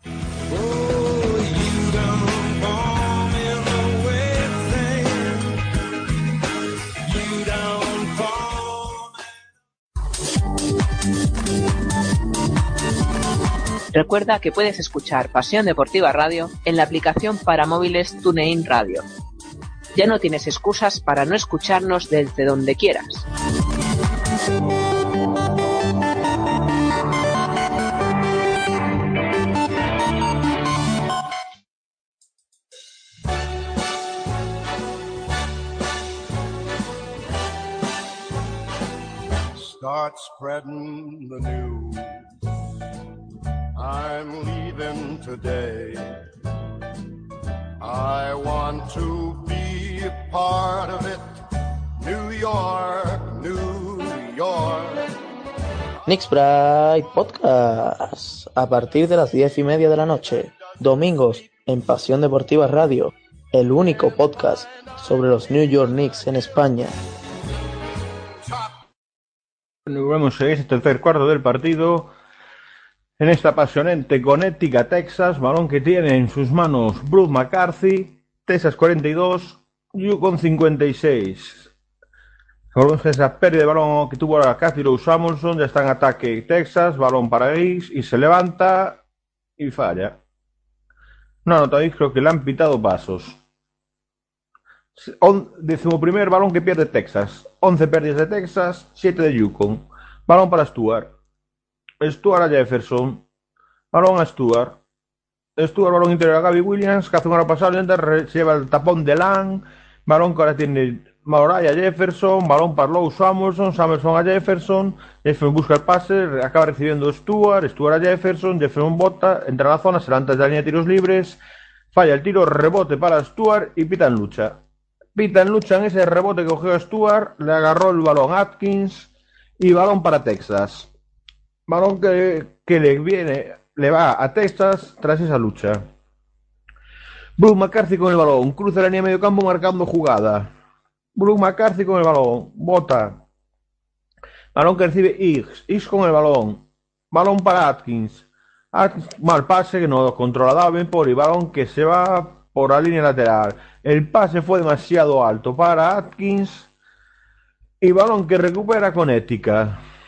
Recuerda que puedes escuchar Pasión Deportiva Radio en la aplicación para móviles TuneIn Radio. Ya no tienes excusas para no escucharnos desde donde quieras. Start spreading the news. I'm leaving today. I want to be a part of it. New York, New York. Knicks Pride Podcast. A partir de las 10:30 de la noche. Domingos en Pasión Deportiva Radio. El único podcast sobre los New York Knicks en España. Nos vemos en este tercer cuarto del partido. En esta apasionante Connecticut, Texas, balón que tiene en sus manos Bruce McCarthy, Texas 42, Yukon 56. Esa pérdida de balón que tuvo ahora Cathy Samuelson, ya está en ataque Texas, balón para Giggs y se levanta y falla. No anotáis, creo que le han pitado pasos. 11º balón que pierde Texas, 11 pérdidas de Texas, 7 de Yukon. Balón para Stuart a Jefferson, balón a Stuart, balón interior a Gabby Williams, que hace una pasada lenta, se lleva el tapón de Lang, balón que ahora tiene Moriah Jefferson, balón para Low Samuelson a Jefferson busca el pase, acaba recibiendo Stuart a Jefferson bota, entra a la zona, se levanta de la línea de tiros libres, falla el tiro, rebote para Stuart y pita en lucha en ese rebote que cogió Stuart, le agarró el balón Atkins y balón para Texas. Balón que le va a Texas tras esa lucha. Bruce McCarthy con el balón, cruza la línea de medio campo marcando jugada. Bruce McCarthy con el balón, bota. Balón que recibe Higgs con el balón. Balón para Atkins. Mal pase que no controla Davenport y balón que se va por la línea lateral. El pase fue demasiado alto para Atkins y balón que recupera Connecticut.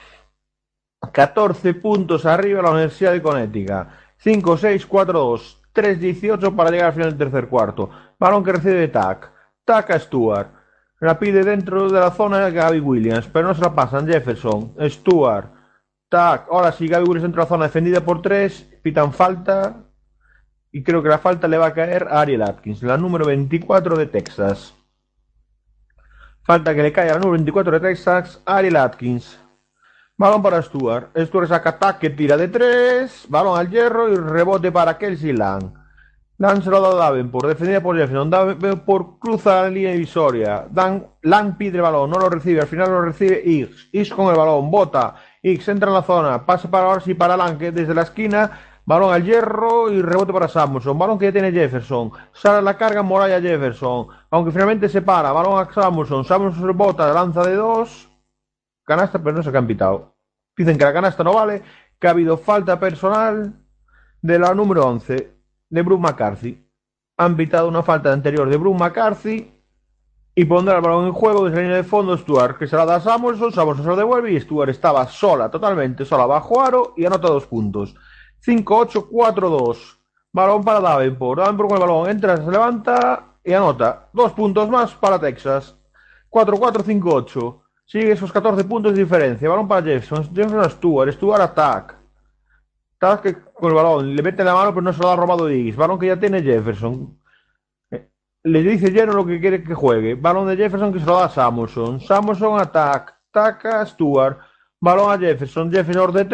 14 puntos arriba la Universidad de Connecticut. 5-6, 4-2, 3-18 para llegar al final del tercer cuarto. Balón que recibe Tack a Stewart. La pide dentro de la zona de Gabby Williams, pero no se la pasan. Jefferson, Stewart, Tack. Ahora sí, Gabby Williams dentro de la zona defendida por 3. Pitan falta. Y creo que la falta le va a caer a Ariel Atkins, la número 24 de Texas. Falta que le cae a la número 24 de Texas, Ariel Atkins. Balón para Stewart. Stewart saca Tack que tira de 3. Balón al hierro y rebote para Kelsey Lang. Lang se lo da a Davenport, defendida por Jefferson. Davenport cruza la línea divisoria. Lang pide el balón, no lo recibe. Al final lo recibe Higgs. Higgs con el balón, bota. Higgs entra en la zona. Pasa para ahora sí para Lang, que desde la esquina. Balón al hierro y rebote para Samuelson. Balón que ya tiene Jefferson. Sale la carga Moriah Jefferson. Aunque finalmente se para. Balón a Samuelson. Samuelson rebota, lanza de 2. Canasta, pero no se han pitado. Dicen que la canasta no vale, que ha habido falta personal de la número 11 de Bruce McCarthy. Han pitado una falta anterior de Bruce McCarthy y pondrá el balón en juego desde la línea de fondo Stewart, que se la da a Samuelson se lo devuelve y Stewart estaba sola, totalmente sola, bajo aro y anota 2 puntos. 5-8, 4-2. Balón para Davenport. Davenport con el balón entra, se levanta y anota 2 puntos más para Texas. 4-4, 5-8. Sigue esos 14 puntos de diferencia. Balón para Jefferson. Jefferson a Stewart. Stewart a Tack. Tack que con el balón le mete la mano, pero no se lo ha robado Higgs. Balón que ya tiene Jefferson. Le dice lleno lo que quiere que juegue. Balón de Jefferson que se lo da a Samuelson. Samuelson a Tack. Tack a Stewart. Balón a Jefferson. Jefferson de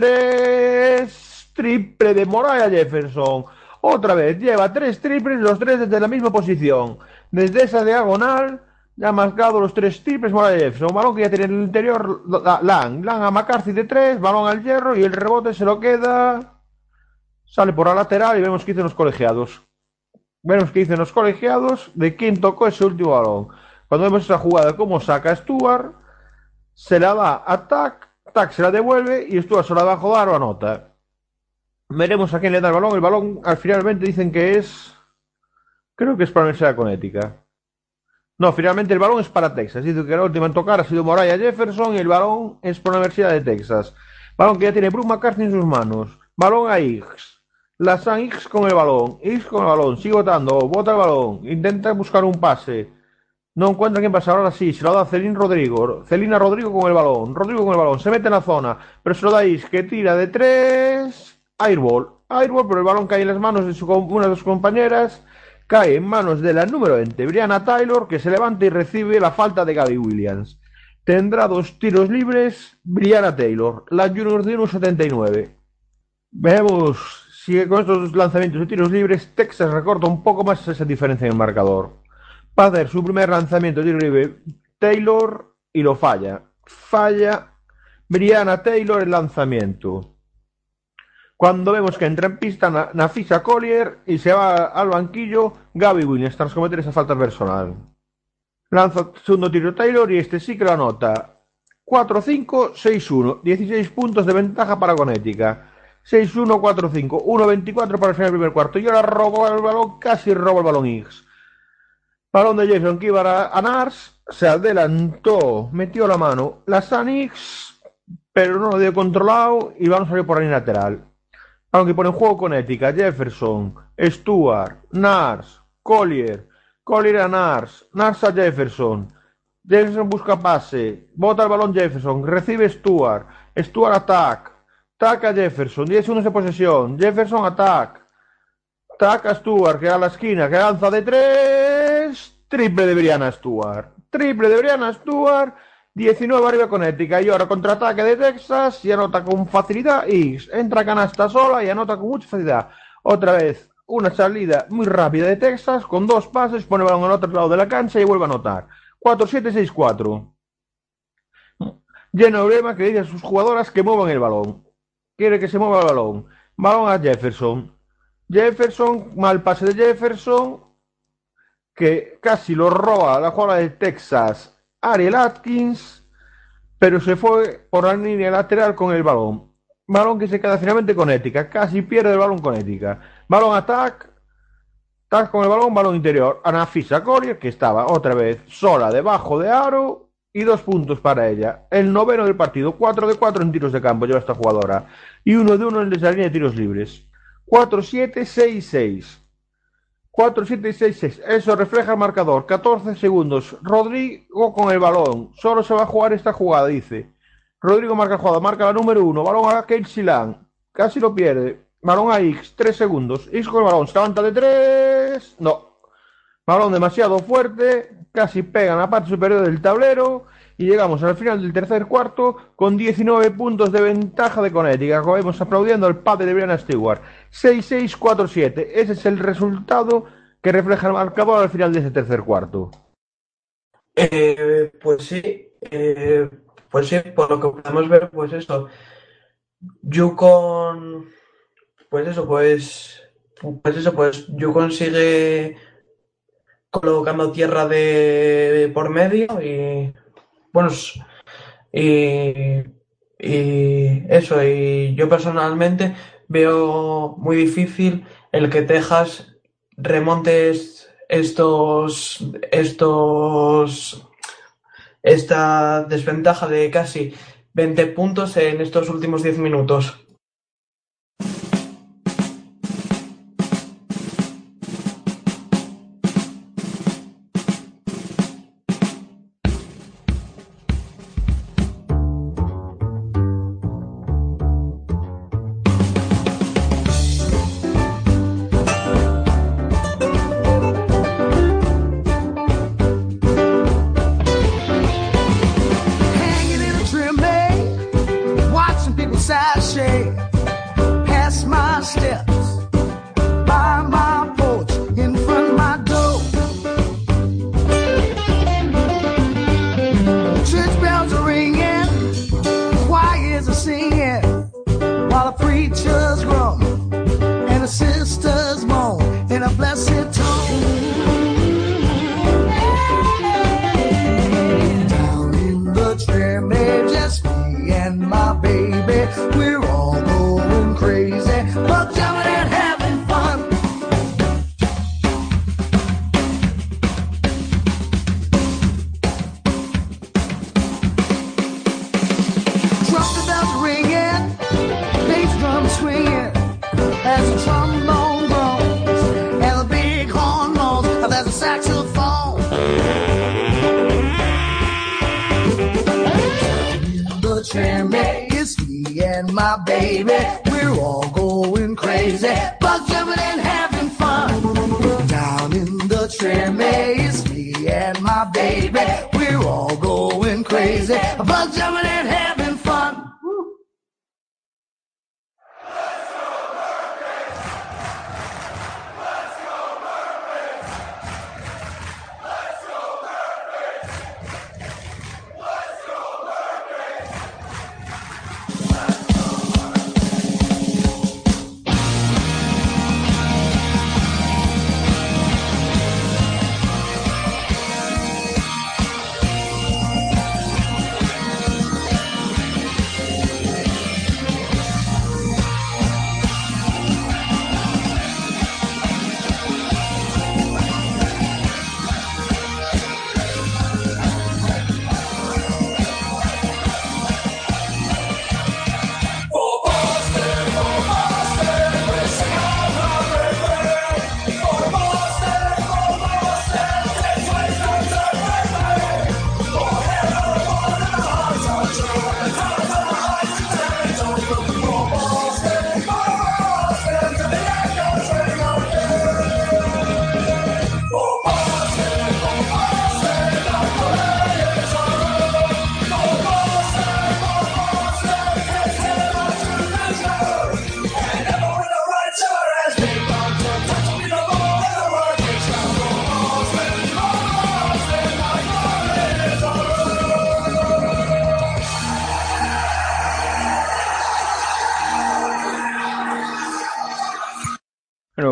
3. Triple de Moriah Jefferson. Otra vez. Lleva 3 triples, los 3 desde la misma posición. Desde esa diagonal. Ya ha marcado los 3 triples Moriah Jefferson. Balón que ya tiene en el interior Lang a McCarthy de 3. Balón al hierro y el rebote se lo queda. Sale por la lateral y vemos qué dicen los colegiados. De quién tocó ese último balón. Cuando vemos esa jugada, cómo saca Stewart, se la da a Tack. Tack se la devuelve y Stewart se la da a jugar o anota. Veremos a quién le da el balón. El balón al finalmente dicen que es... Creo que es para la Universidad de Connecticut. No, finalmente el balón es para Texas. Dice que la última en tocar ha sido Moriah Jefferson y el balón es por la Universidad de Texas. Balón que ya tiene Bruce McCarthy en sus manos. Balón a Higgs. La San Higgs con el balón. Higgs con el balón. Sigue botando. Bota el balón. Intenta buscar un pase. No encuentra quién pasa. Ahora sí. Se lo da a Celina Rodrigo. Celina Rodrigo con el balón. Rodrigo con el balón. Se mete en la zona. Pero se lo da a Higgs que tira de 3. Airball. Pero el balón cae en las manos de una de sus compañeras. Cae en manos de la número 20, Brianna Taylor, que se levanta y recibe la falta de Gabby Williams. Tendrá 2 tiros libres Brianna Taylor, la junior de 1.79. Veamos si con estos lanzamientos de tiros libres Texas recorta un poco más esa diferencia en el marcador. Va a hacer su primer lanzamiento de tiro libre Taylor y lo falla. Falla Brianna Taylor el lanzamiento. Cuando vemos que entra en pista Nafisa Collier y se va al banquillo Gabby Williams tras cometer esa falta personal. Lanza segundo tiro Taylor y este sí que lo anota. 4-5, 6-1. 16 puntos de ventaja para Connecticut. 6-1, 4-5. 1-24 para el final del primer cuarto. Y ahora robó el balón, casi roba el balón Higgs. Balón de Jason que iba a Nars. Se adelantó, metió la mano la San Higgs, pero no lo dio controlado y vamos a salir por la línea lateral. Aunque pone en juego Connecticut, Jefferson, Stewart, Nars, Collier a Nars, Nars a Jefferson. Jefferson busca pase, bota el balón Jefferson, recibe Stewart a Tack a Jefferson, 10 segundos de posesión, Jefferson a Tack a Stewart, que a la esquina, que lanza de 3, triple de Brianna Stewart, 19 arriba Connecticut y ahora contraataque de Texas y anota con facilidad Higgs. Entra canasta sola y anota con mucha facilidad. Otra vez una salida muy rápida de Texas con 2 pases, pone el balón al otro lado de la cancha y vuelve a anotar. 4-7, 6-4. Jenna Urema que dice a sus jugadoras que muevan el balón. Quiere que se mueva el balón. Balón a Jefferson. Mal pase de Jefferson. que casi lo roba la jugadora de Texas, Ariel Atkins, pero se fue por la línea lateral con el balón. Balón que se queda finalmente con Ética, casi pierde el balón con Ética. Balón ataque, con el balón interior. Anafisa Courier, que estaba otra vez sola debajo de aro, y 2 puntos para ella. El noveno del partido, 4 de 4 en tiros de campo lleva esta jugadora, y 1 de 1 en la línea de tiros libres. 4-7-6-6. 4-7-6-6. Eso refleja el marcador. 14 segundos. Rodrigo con el balón. Solo se va a jugar esta jugada, dice. Rodrigo marca la jugada, marca la número 1. Balón a Kate Silan. Casi lo pierde. Balón a X, 3 segundos. X con el balón, se levanta de 3. No. Balón demasiado fuerte. Casi pega en la parte superior del tablero. Y llegamos al final del tercer cuarto con 19 puntos de ventaja de Connecticut. Acabamos aplaudiendo al padre de Brianna Stewart. 6-6, 4-7. Ese es el resultado que refleja el marcador al final de ese tercer cuarto. Pues sí, por lo que podemos ver, pues eso. Yukon, pues Yukon sigue colocando tierra de por medio y bueno, y eso, y yo personalmente veo muy difícil el que Texas remonte esta desventaja de casi 20 puntos en estos últimos 10 minutos.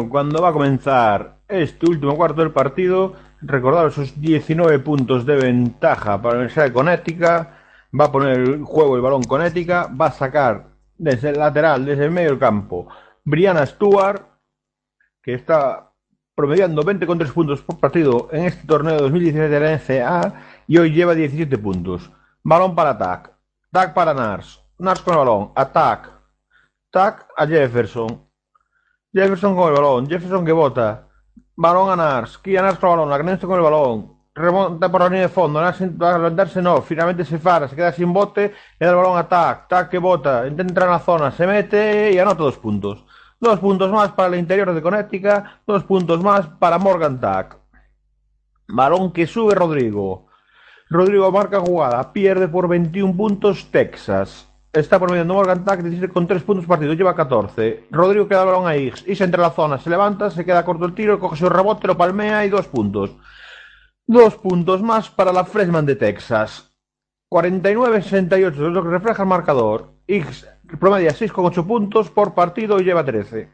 Bueno, cuando va a comenzar este último cuarto del partido, recordar esos 19 puntos de ventaja para la Universidad de Connecticut. Va a poner el juego el balón Connecticut, va a sacar desde el lateral, desde el medio del campo, Brianna Stewart, que está promediando 20,3 puntos por partido en este torneo de 2017 de la NCAA y hoy lleva 17 puntos. Balón para Tack, Tack para Nars con el balón, Tack a Jefferson con el balón, Jefferson que bota, balón a Nars, Kia Nars con el balón, la con el balón, remonta por la línea de fondo, Nars va a levantarse, no, finalmente se para, se queda sin bote, le da el balón a Tack que bota, intenta entrar en la zona, se mete y anota 2 puntos. 2 puntos más para el interior de Connecticut, 2 puntos más para Morgan Tack. Balón que sube Rodrigo marca jugada, pierde por 21 puntos Texas. Está promediando Morgan Tack 17 con 3 puntos partido, lleva 14. Rodrigo queda el balón a Higgs entra en la zona, se levanta, se queda corto el tiro, coge su rebote, lo palmea y 2 puntos. 2 puntos más para la freshman de Texas. 49-68 es lo que refleja el marcador. Higgs promedia 6,8 puntos por partido y lleva 13.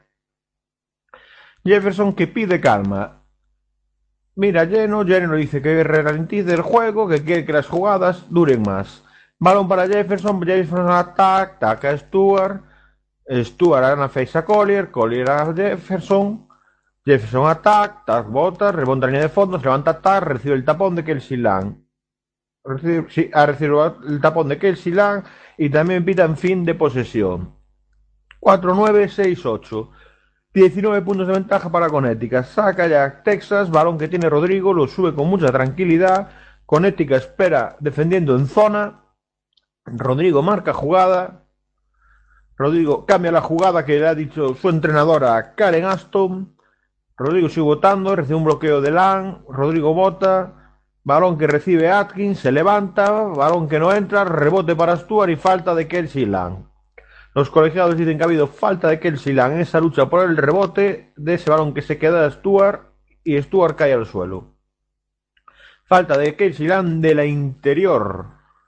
Jefferson que pide calma. Mira Lleno dice que ralentice el juego, que quiere que las jugadas duren más. Balón para Jefferson a Tack a Stewart gana face a Collier a Jefferson a Tack bota, remonta la línea de fondo, se levanta Tack, recibe el tapón de Kelsey Lang. Ha recibido el tapón de Kelsey Lang y también pita en fin de posesión. 4-9-6-8. 19 puntos de ventaja para Connecticut. Saca ya Texas, balón que tiene Rodrigo, lo sube con mucha tranquilidad. Connecticut espera defendiendo en zona. Rodrigo marca jugada. Rodrigo cambia la jugada que le ha dicho su entrenadora Karen Aston. Rodrigo sigue votando, recibe un bloqueo de Lang. Rodrigo vota. Balón que recibe Atkins, se levanta, balón que no entra, rebote para Stewart y falta de Kelsey Lang. Los colegiados dicen que ha habido falta de Kelsey Lang en esa lucha por el rebote de ese balón que se queda a Stewart y Stewart cae al suelo. Falta de Kelsey Lang de la interior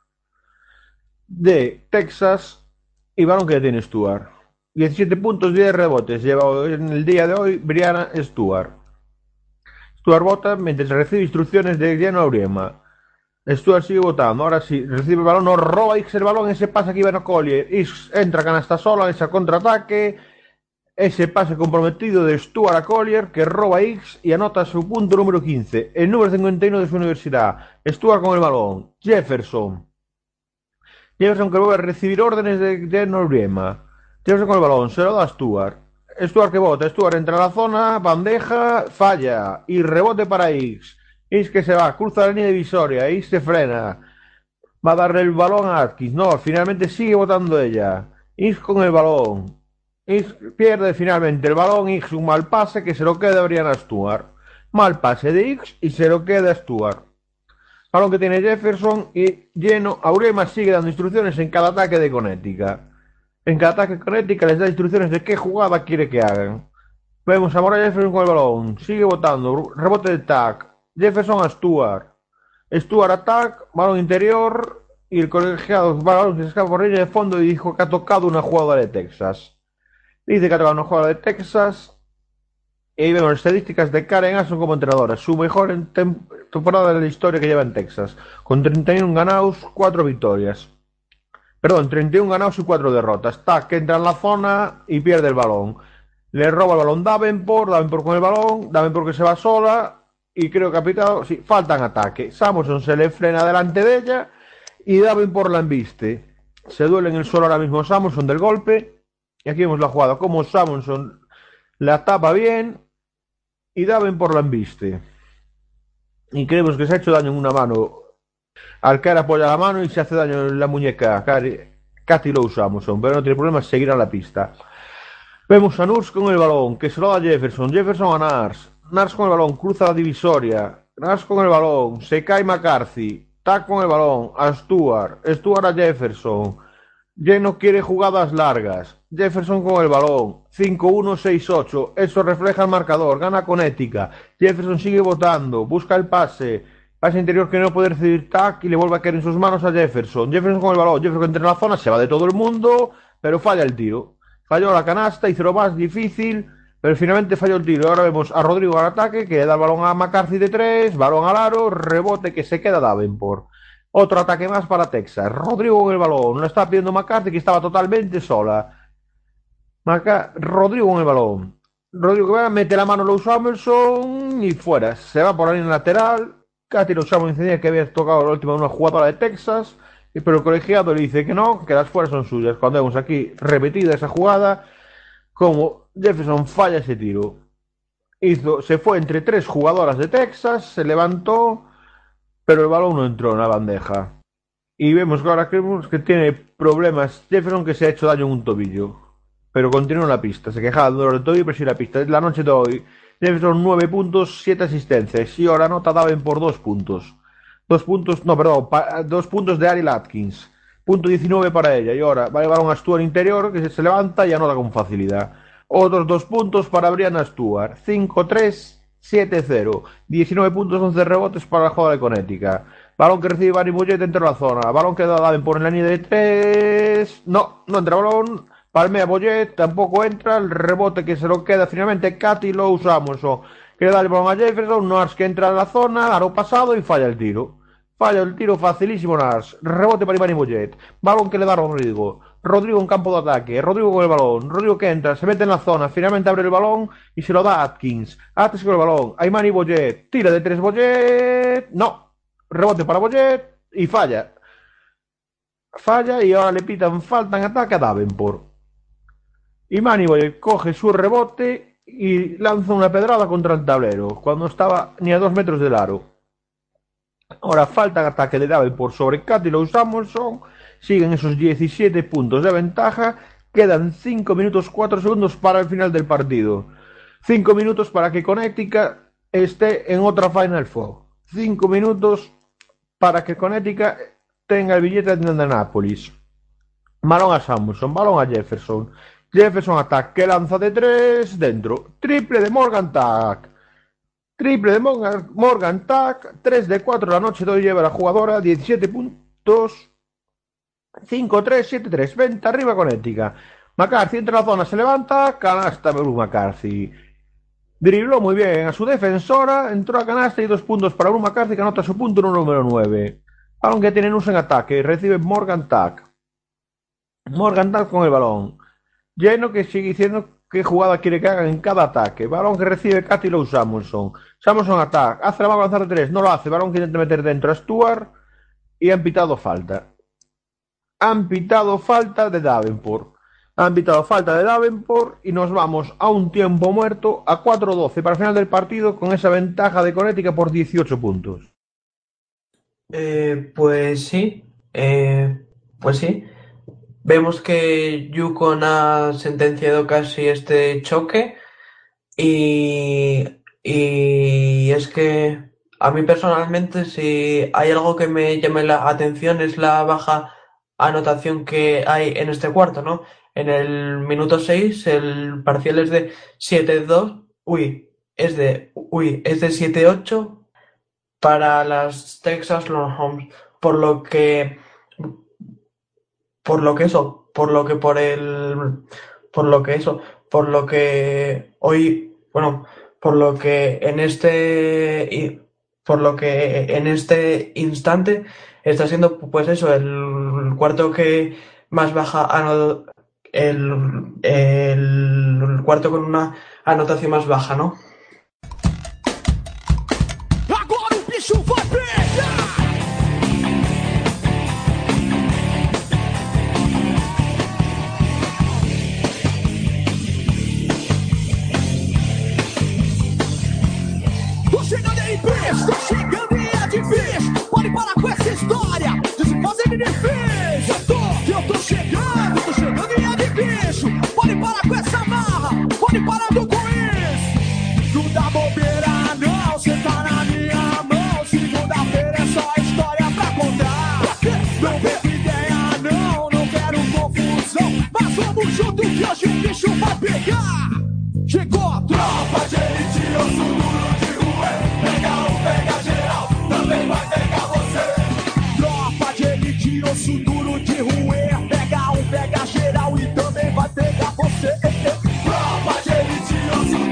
de Texas y balón que tiene Stewart. 17 puntos, 10 rebotes lleva en el día de hoy Brianna Stewart. Stewart vota mientras recibe instrucciones de Lleno Auriema. Stewart sigue votando, ahora sí, recibe el balón, no roba Higgs el balón, ese pase que iba a Collier. Higgs entra canasta sola, ese contraataque, ese pase comprometido de Stewart a Collier, que roba Higgs y anota su punto número 15, el número 51 de su universidad. Stewart con el balón, Jefferson que vuelve a recibir órdenes de Lleno Auriema. Jefferson con el balón, se lo da a Stewart que bota, Stewart entra a la zona, bandeja, falla y rebote para Higgs que se va, cruza la línea divisoria, Higgs se frena, va a darle el balón a Atkins, no, finalmente sigue botando ella, Higgs con el balón, Higgs pierde finalmente el balón, Higgs un mal pase que se lo queda a Brianna Stewart, mal pase de Higgs y se lo queda a Stewart. Balón que tiene Jefferson y Lleno Auriema sigue dando instrucciones en cada ataque de Connecticut. En cada ataque Connecticut les da instrucciones de qué jugada quiere que hagan. Vemos a Mora Jefferson con el balón. Sigue botando. Rebote de Tack. Jefferson a Stewart. Stewart a Tack. Balón interior. Y el colegiado balón que se escapa por línea de fondo y dijo que ha tocado una jugada de Texas. Dice que ha tocado una jugada de Texas. Y ahí vemos las estadísticas de Karen Aston como entrenadora. Su mejor temporada de la historia que lleva en Texas. Con 31 ganados, 4 victorias. 31 ganados y 4 derrotas. Tack que entra en la zona y pierde el balón. Le roba el balón Davenport con el balón, Davenport que se va sola y creo que ha pitado, sí, falta en ataque. Samuelson se le frena delante de ella y Davenport la embiste. Se duele en el suelo ahora mismo Samuelson del golpe y aquí vemos la jugada, como Samuelson la tapa bien y Davenport la embiste. Y creemos que se ha hecho daño en una mano. Alcar apoya la mano y se hace daño en la muñeca Cathy Lowe Samuelson, pero no tiene problema, seguir a la pista. Vemos a Nurse con el balón, que se lo da a Jefferson a Nars con el balón, cruza la divisoria, Nars con el balón, se cae McCarthy, Tack con el balón, a Stewart a Jefferson, Lleno quiere jugadas largas, Jefferson con el balón, 5-1-6-8, eso refleja el marcador, gana Connecticut, Jefferson sigue votando, busca el pase interior que no puede recibir Tack y le vuelve a caer en sus manos a Jefferson con el balón, Jefferson entra en la zona, se va de todo el mundo, pero falla el tiro. Falló la canasta, hizo lo más difícil, pero finalmente falló el tiro. Ahora vemos a Rodrigo al ataque, que da el balón a McCarthy de 3, balón al aro, rebote que se queda Davenport. Otro ataque más para Texas. Rodrigo con el balón, lo está pidiendo McCarthy, que estaba totalmente sola. Rodrigo con el balón. Rodrigo que mete la mano a Lou Samuelson y fuera. Se va por la línea lateral. Katy Lou Samuelson que había tocado la última de una jugadora de Texas, pero el colegiado le dice que no, que las fueras son suyas. Cuando vemos aquí repetida esa jugada, como Jefferson falla ese tiro. Se fue entre 3 jugadoras de Texas, se levantó, pero el balón no entró en la bandeja. Y vemos que ahora que tiene problemas Jefferson, que se ha hecho daño en un tobillo. Pero continúa en la pista, se quejaba de dolor de tobillo, pero sí la pista. Es la noche de hoy. Jefferson 9 puntos, 7 asistencias. Y ahora nota Daven por 2 puntos. 2 puntos de Ariel Atkins. Punto 19 para ella. Y ahora va el balón a Stewart interior, que se levanta y anota con facilidad. Otros 2 puntos para Brianna Stewart. 5-3, 7-0. 19 puntos, 11 rebotes para la jugadora de Connecticut. Balón que recibe Bunny Bullet dentro de la zona. Balón que da Daven por en la línea de 3. No entra balón. Palmea Boyet, tampoco entra. El rebote que se lo queda finalmente Katy Lou Samuelson, que le da el balón a Jefferson. Nars que entra en la zona, aro pasado y falla el tiro. Falla el tiro facilísimo Nars. Rebote para Ivani Boyet. Balón que le da a Rodrigo. Rodrigo en campo de ataque. Rodrigo con el balón. Rodrigo que entra, se mete en la zona. Finalmente abre el balón y se lo da a Atkins. Atkins con el balón. Ivani Boyet. Tira de 3 Boyet. No. Rebote para Boyet y falla. Falla y ahora le pitan falta en ataque a Davenport. Y Moneyboy coge su rebote y lanza una pedrada contra el tablero, cuando estaba ni a 2 metros del aro. Ahora falta en ataque de Davenport sobre Katy Lou Samuelson. Siguen esos 17 puntos de ventaja. Quedan 5 minutos 4 segundos para el final del partido. 5 minutos para que Connecticut esté en otra Final Four. 5 minutos para que Connecticut tenga el billete de Indianapolis. Balón a Samuelson, balón a Jefferson. Jefferson ataque, lanza de 3, dentro. Triple de Morgan Tack. Triple de Morgan Tack. 3 de 4 la noche de hoy lleva la jugadora. 17 puntos. 5-3, 7-3. Venta arriba con Connecticut. McCarthy entra en la zona, se levanta. Canasta Bruce McCarthy. Dribló muy bien a su defensora. Entró a canasta y 2 puntos para Bruce McCarthy, que anota su punto número 9. Balón que tiene Nus en ataque. Recibe Morgan Tack. Morgan Tack con el balón. Lleno que sigue diciendo qué jugada quiere que hagan en cada ataque. Balón que recibe Katy Lou Samuelson. Samuelson ataque. Hace la va a lanzar de 3. No lo hace. Balón que intenta meter dentro a Stewart. Y han pitado falta. Han pitado falta de Davenport. Han pitado falta de Davenport. Y nos vamos a un tiempo muerto a 4-12 para el final del partido, con esa ventaja de Connecticut por 18 puntos. Pues sí. Pues sí. Vemos que Yukon ha sentenciado casi este choque y es que a mí personalmente, si hay algo que me llame la atención, es la baja anotación que hay en este cuarto, ¿no? En el minuto 6 el parcial es de 7-2, es de 7-8 para las Texas Longhorns, por lo que en este instante está siendo, pues eso, el cuarto que más baja, el cuarto con una anotación más baja, ¿no? Agora o bicho vai pegar! Tô chegando aí, bicho! Tô chegando e é difícil! Pode parar com essa história de se fazer de difícil! Eu tô chegando e é difícil! Pode parar com essa marra! Pode parar com isso! Não dá bobeira, não! Cê tá na minha mão! Segunda-feira é só história pra contar! Não vejo ideia, não! Não quero confusão! Mas vamos junto que hoje o bicho vai pegar! Chegou a tropa de elite, eu sou duro de rua. Pega um, pega geral, também vai pegar você. Tropa de elite, osso duro de roer. Pega um, pega geral e também vai pegar você. Tropa de elite, osso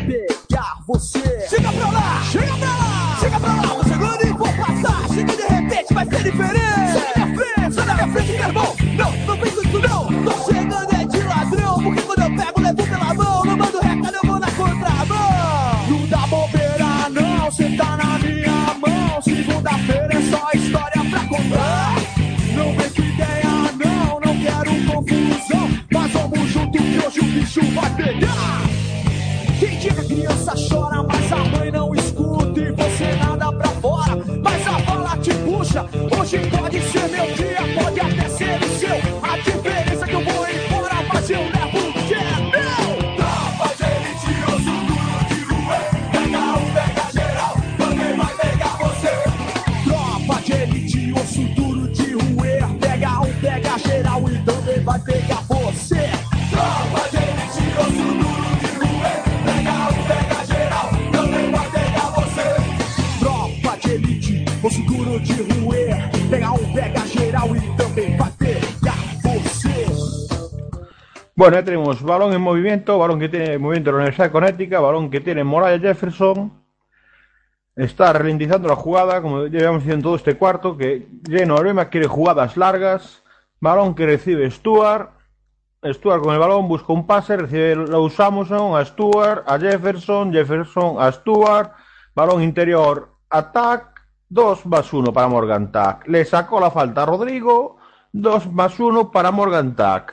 pegar você. Chega pra lá, chega pra lá, chega pra lá. Tô chegando e vou passar. Chega de repente, vai ser diferente. Sai da minha frente, meu irmão. Não vem com isso não. Tô chegando é de ladrão, porque quando eu pego, levo pela mão. Não mando recado, eu vou na contramão. Não dá bobeira não, cê tá na minha mão. Segunda-feira é só história pra contar. Não vem com ideia não quero confusão. Mas vamos junto que hoje o bicho vai pegar. Quem diga criança chora, mas a mãe não escuta. E você nada pra fora, mas a bala te puxa. Hoje pode ser meu dia, pode até ser o seu. A diferença é que eu vou embora, mas eu levo o que é meu. Tropa de elite, osso duro de roer. Pega um, pega geral, também vai pegar você. Tropa de elite, osso duro de roer. Pega um, pega geral e também vai pegar você. Tropa de elite, osso duro de roer. Pega um, pega geral, também vai pegar você. Tropa de elite, osso duro de roer. Pega um, pega geral e também vai pegar você. Bueno, ya tenemos balón en movimiento, balón que tiene movimiento de la Universidad de Connecticut, balón que tiene Moriah Jefferson. Está ralentizando la jugada, como llevamos diciendo todo este cuarto, que Geno Auriemma quiere jugadas largas. Balón que recibe Stuart. Stuart con el balón busca un pase, recibe Lou Samuelson a Stuart, a Jefferson, Jefferson a Stuart. Balón interior, attack. 2+1 para Morgan Tack. Le sacó la falta a Rodrigo. 2+1 para Morgan Tack.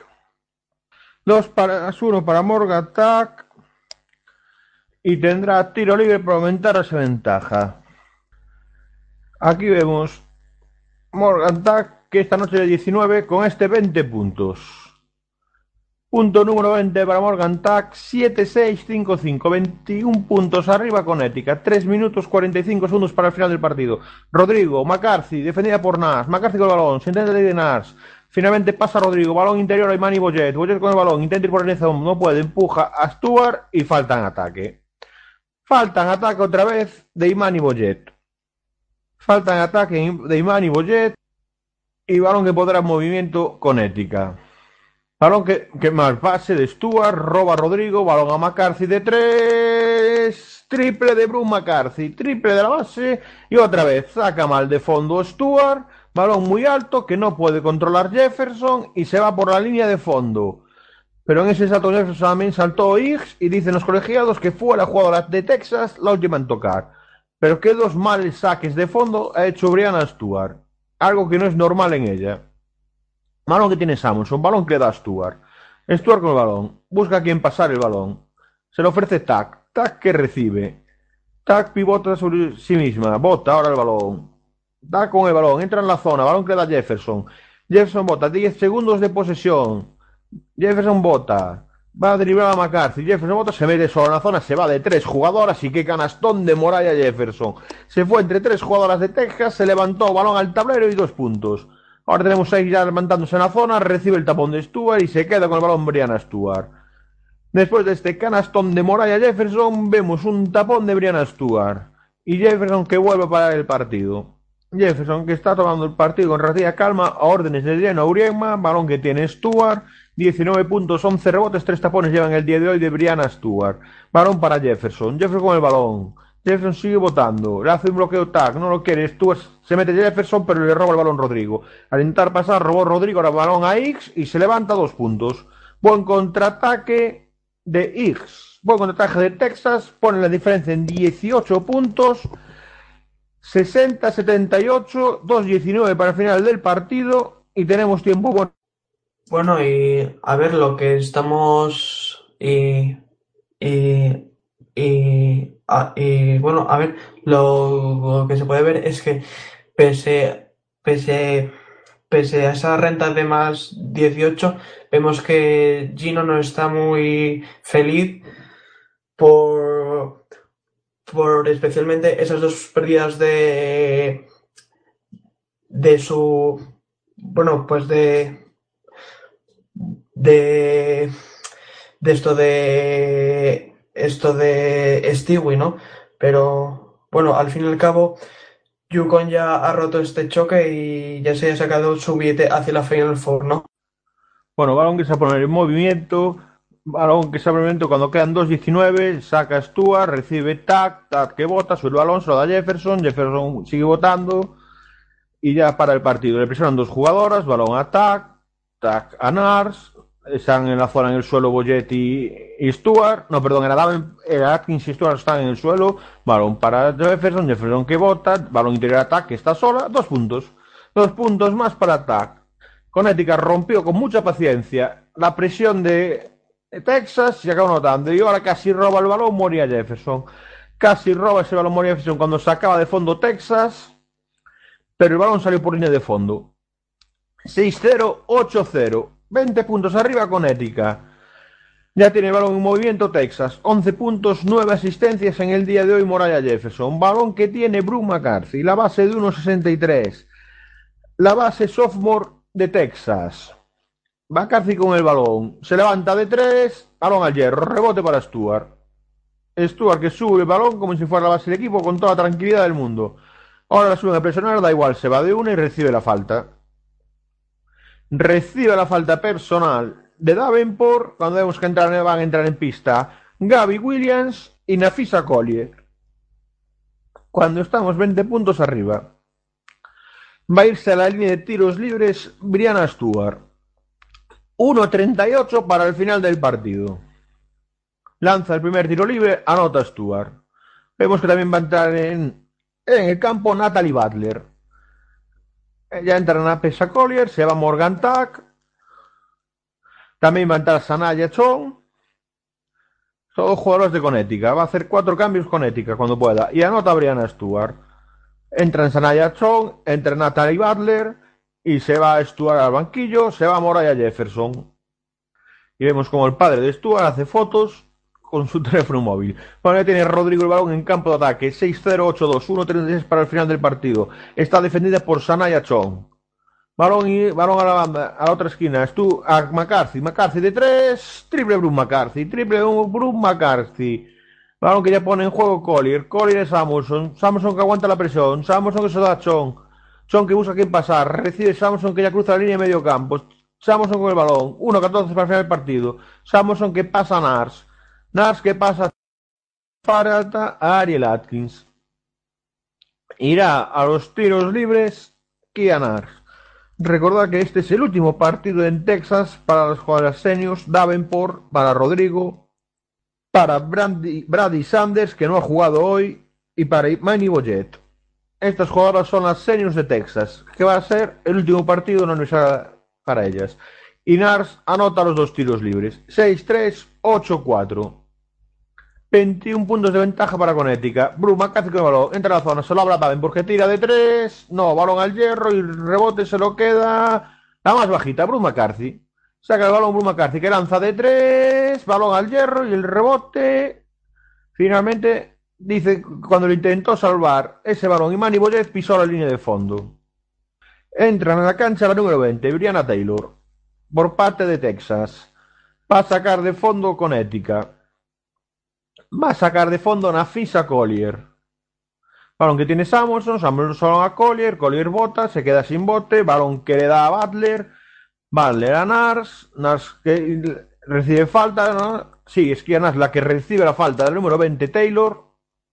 2+1 para Morgan Tack. Y tendrá tiro libre para aumentar esa ventaja. Aquí vemos Morgan Tack, que esta noche de 19 con 20 puntos. Punto número 20 para Morgan Tack, 7-6-5-5, 21 puntos arriba con ética, 3 minutos 45 segundos para el final del partido. Rodrigo, McCarthy, defendida por Nars, McCarthy con el balón, se intenta de Nars, finalmente pasa Rodrigo, balón interior a Imani Boyet, Boyet con el balón, intenta ir por el zone, no puede, empuja a Stuart y falta en ataque. Falta en ataque otra vez de Imani Boyet. Falta en ataque de Imani Boyet y balón que podrá en movimiento con ética. Balón que más pase de Stuart, roba Rodrigo, balón a McCarthy de 3, triple de Bruce McCarthy, triple de la base y otra vez saca mal de fondo Stuart, balón muy alto que no puede controlar Jefferson y se va por la línea de fondo. Pero en ese salto Jefferson también saltó Higgs y dicen los colegiados que fue la jugadora de Texas la última en tocar. Pero que 2 males saques de fondo ha hecho Brianna Stuart, algo que no es normal en ella. Balón que tiene Samuelson, balón que le da a Stuart. Stuart con el balón, busca a quien pasar el balón. Se le ofrece Tack, Tack que recibe. Tack pivota sobre sí misma, bota ahora el balón. Tack con el balón, entra en la zona, balón que le da a Jefferson. Jefferson bota, 10 segundos de posesión. Jefferson bota, va a driblar a McCarthy. Jefferson bota, se mete solo en la zona, se va de 3 jugadoras y qué canastón de Moriah Jefferson. Se fue entre 3 jugadoras de Texas, se levantó, balón al tablero y 2 puntos. Ahora tenemos a ya levantándose en la zona, recibe el tapón de Stuart y se queda con el balón Brianna Stuart. Después de este canastón de Moriah Jefferson, vemos un tapón de Brianna Stuart. Y Jefferson que vuelve a parar el partido. Jefferson que está tomando el partido con relativa calma a órdenes de Geno Auriemma, balón que tiene Stuart, 19 puntos, 11 rebotes, 3 tapones llevan el día de hoy de Brianna Stuart. Balón para Jefferson, Jefferson con el balón. Jefferson sigue votando, le hace un bloqueo Tack, no lo quiere, Stuart se mete Jefferson pero le roba el balón Rodrigo. Al intentar pasar robó Rodrigo el balón a Higgs y se levanta 2 puntos. Buen contraataque de Higgs, buen contraataque de Texas, pone la diferencia en 18 puntos, 60-78, 2-19 para el final del partido y tenemos tiempo. Bueno, y a ver lo que estamos bueno, a ver, lo que se puede ver es que pese a esa renta de más 18, vemos que Gino no está muy feliz por especialmente esas 2 pérdidas de su, bueno, pues de esto de Stewie, ¿no? Pero bueno, al fin y al cabo UConn ya ha roto este choque y ya se ha sacado su billete hacia la Final Four, ¿no? Bueno, balón que se pone en movimiento, Balón que simplemente cuando quedan 2:19, saca Stuart, recibe Tac que bota, sube el balón, se lo da Jefferson sigue botando y ya para el partido. Le presionan dos jugadoras, balón a Tac a Nars, están en la zona en el suelo Boyet y Stuart, no, perdón, era Atkins y Stuart están en el suelo, balón para Jefferson que bota, balón interior a Tac que está sola, 2 puntos. 2 puntos más para Tac. Connecticut rompió con mucha paciencia la presión de Texas y acabó notando. Y ahora casi roba el balón Moria Jefferson. Casi roba ese balón Moria Jefferson cuando sacaba de fondo Texas. Pero el balón salió por línea de fondo. 6-0, 8-0. 20 puntos arriba Connecticut. Ya tiene el balón en movimiento Texas. 11 puntos, 9 asistencias en el día de hoy Moriah Jefferson. Balón que tiene Brooke McCarthy. La base de 1.63. La base sophomore de Texas. McCarthy con el balón. Se levanta de 3. Balón al hierro. Rebote para Stuart. Stuart que sube el balón como si fuera la base del equipo con toda la tranquilidad del mundo. Ahora la suben a presionar. Da igual. Se va de una y recibe la falta. Recibe la falta personal de Davenport. Cuando vemos que van a entrar en pista Gabby Williams y Nafisa Collier. Cuando estamos 20 puntos arriba. Va a irse a la línea de tiros libres Brianna Stuart. 1:38 para el final del partido. Lanza el primer tiro libre, anota Stuart. Vemos que también va a entrar en el campo Natalie Butler. Ya entran a Pesa Collier, se va Morgan Tack. También va a entrar Sanaya Chong. Todos jugadores de Connecticut. Va a hacer 4 cambios Connecticut cuando pueda. Y anota Brianna Stuart. Entra en Sanaya Chong, entra Natalie Butler y se va Stuart al banquillo, se va Moriah Jefferson. Y vemos como el padre de Stuart hace fotos con su teléfono móvil. Bueno, ya tiene Rodrigo el balón en campo de ataque. 6-0, 8-2, 1:36 para el final del partido. Está defendida por Sanaya Chong. Balón a la banda, a la otra esquina. A McCarthy de 3. Triple Brooke McCarthy. Balón que ya pone en juego Collier es Samuelson que aguanta la presión, Samuelson que se da a Chong que busca quién pasar, recibe Samuelson que ya cruza la línea de medio campo, Samuelson con el balón, 1:14 para el final del partido, Samuelson que pasa a Nars que pasa para a Ariel Atkins, irá a los tiros libres Kia Nars. Recordad que este es el último partido en Texas para los jugadores seniors, Davenport, para Rodrigo, para Brady Sanders, que no ha jugado hoy, y para Imani Boyet. Estas jugadoras son las seniors de Texas, que va a ser el último partido en la universidad para ellas. Y Nars anota los 2 tiros libres. 6-3, 8-4. 21 puntos de ventaja para Connecticut. Brooke McCarthy con el balón. Entra a la zona, se lo habla Daven porque tira de 3. No, balón al hierro y el rebote se lo queda la más bajita, Brooke McCarthy. Saca el balón Brooke McCarthy que lanza de 3, balón al hierro y el rebote. Finalmente, dice, cuando lo intentó salvar ese balón, Imani Boyet pisó la línea de fondo. Entran a la cancha la número 20, Brianna Taylor, por parte de Texas. Va a sacar de fondo Connecticut. Va a sacar de fondo Nafisa Collier. Balón que tiene Samuelson a Collier bota, se queda sin bote, balón que le da a Butler a Nars que recibe falta, ¿no? Sí, es que Nars la que recibe la falta del número 20 Taylor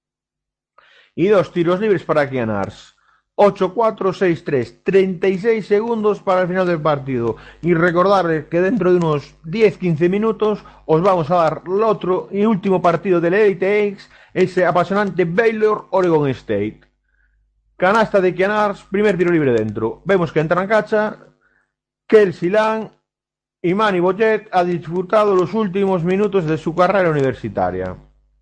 y 2 tiros libres para Kia Nars. 8-4, 6-3, 36 segundos para el final del partido. Y recordarles que dentro de unos 10-15 minutos os vamos a dar el otro y último partido del Elite Eight, ese apasionante Baylor-Oregon State. Canasta de Kia Nars, primer tiro libre dentro. Vemos que entra en cacha Kelsey Lang y Imani Boyet ha disfrutado los últimos minutos de su carrera universitaria.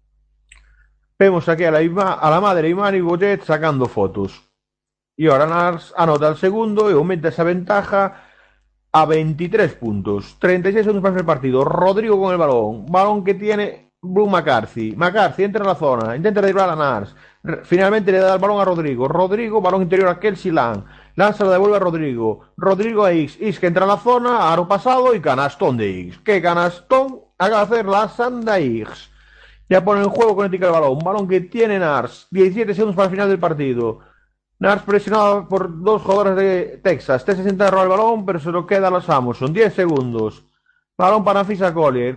Vemos aquí a la madre de Imani Boyet sacando fotos. Y ahora Nars anota el segundo y aumenta esa ventaja a 23 puntos. 36 segundos para el partido. Rodrigo con el balón. Balón que tiene Brooke McCarthy. McCarthy entra en la zona. Intenta driblar a Nars. Finalmente le da el balón a Rodrigo. Rodrigo, balón interior a Kelsey Lang. Lang se lo devuelve a Rodrigo. Rodrigo a X. X que entra en la zona. Aro pasado y canastón de X. ¿Qué canastón? Acaba de hacer la Sanda X. Ya pone en juego con el balón. Balón que tiene Nars. 17 segundos para el final del partido. Nars presionado por 2 jugadores de Texas. Texas intenta robar el balón, pero se lo queda a los Samuelson. 10 segundos. Balón para Nafisa Collier.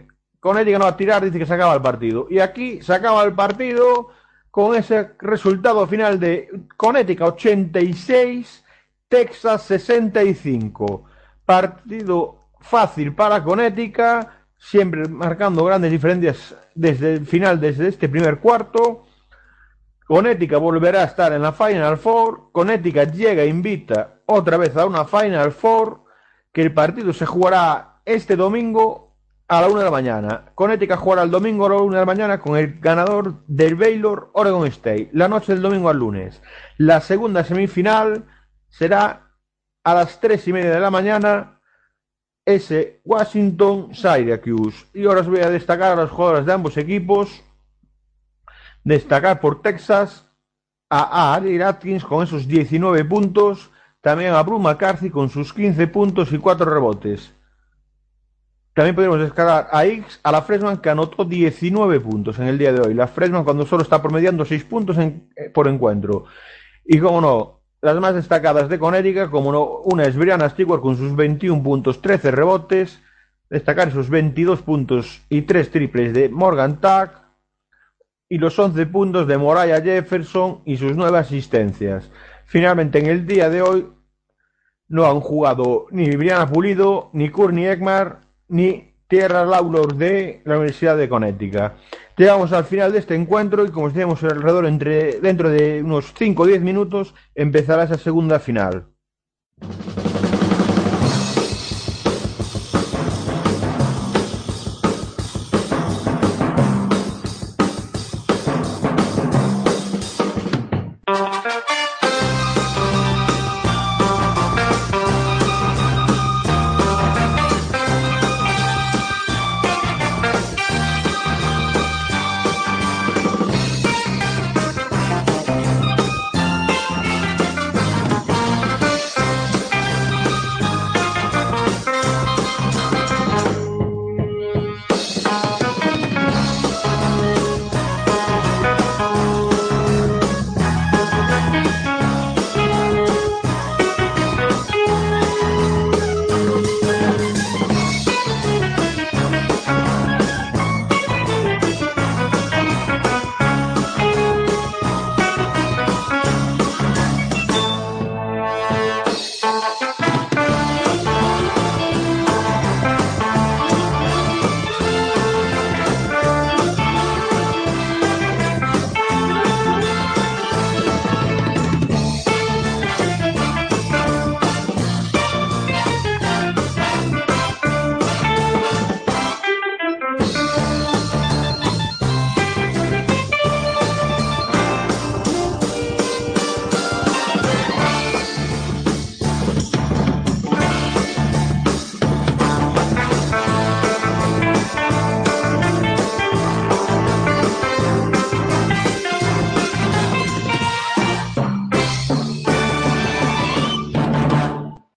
Connecticut no va a tirar, dice que se acaba el partido. Y aquí se acaba el partido con ese resultado final de Connecticut 86, Texas 65. Partido fácil para Connecticut, siempre marcando grandes diferencias desde el final, desde este primer cuarto. Connecticut volverá a estar en la Final Four. Connecticut llega e invita otra vez a una Final Four, que el partido se jugará este domingo a la 1 de la mañana. Connecticut jugará el domingo a la 1 de la mañana con el ganador del Baylor Oregon State, la noche del domingo al lunes. La segunda semifinal será a las 3:30 de la mañana, ese Washington Syracuse. Y ahora os voy a destacar a los jugadores de ambos equipos. Destacar por Texas a Ari Atkins con esos 19 puntos, también a Bruce McCarthy con sus 15 puntos y 4 rebotes. También podemos destacar a Higgs, a la freshman, que anotó 19 puntos en el día de hoy. La freshman cuando solo está promediando 6 puntos por encuentro. Y como no, las más destacadas de Connecticut, como no, una es Brianna Stewart con sus 21 puntos, 13 rebotes. Destacar sus 22 puntos y 3 triples de Morgan Tuck. Y los 11 puntos de Moriah Jefferson y sus 9 asistencias. Finalmente, en el día de hoy no han jugado ni Brianna Pulido, ni Courtney Ekman, ni Tierra Lawlor de la Universidad de Connecticut. Llegamos al final de este encuentro y, como os decíamos, dentro de unos 5 o 10 minutos empezará esa segunda final.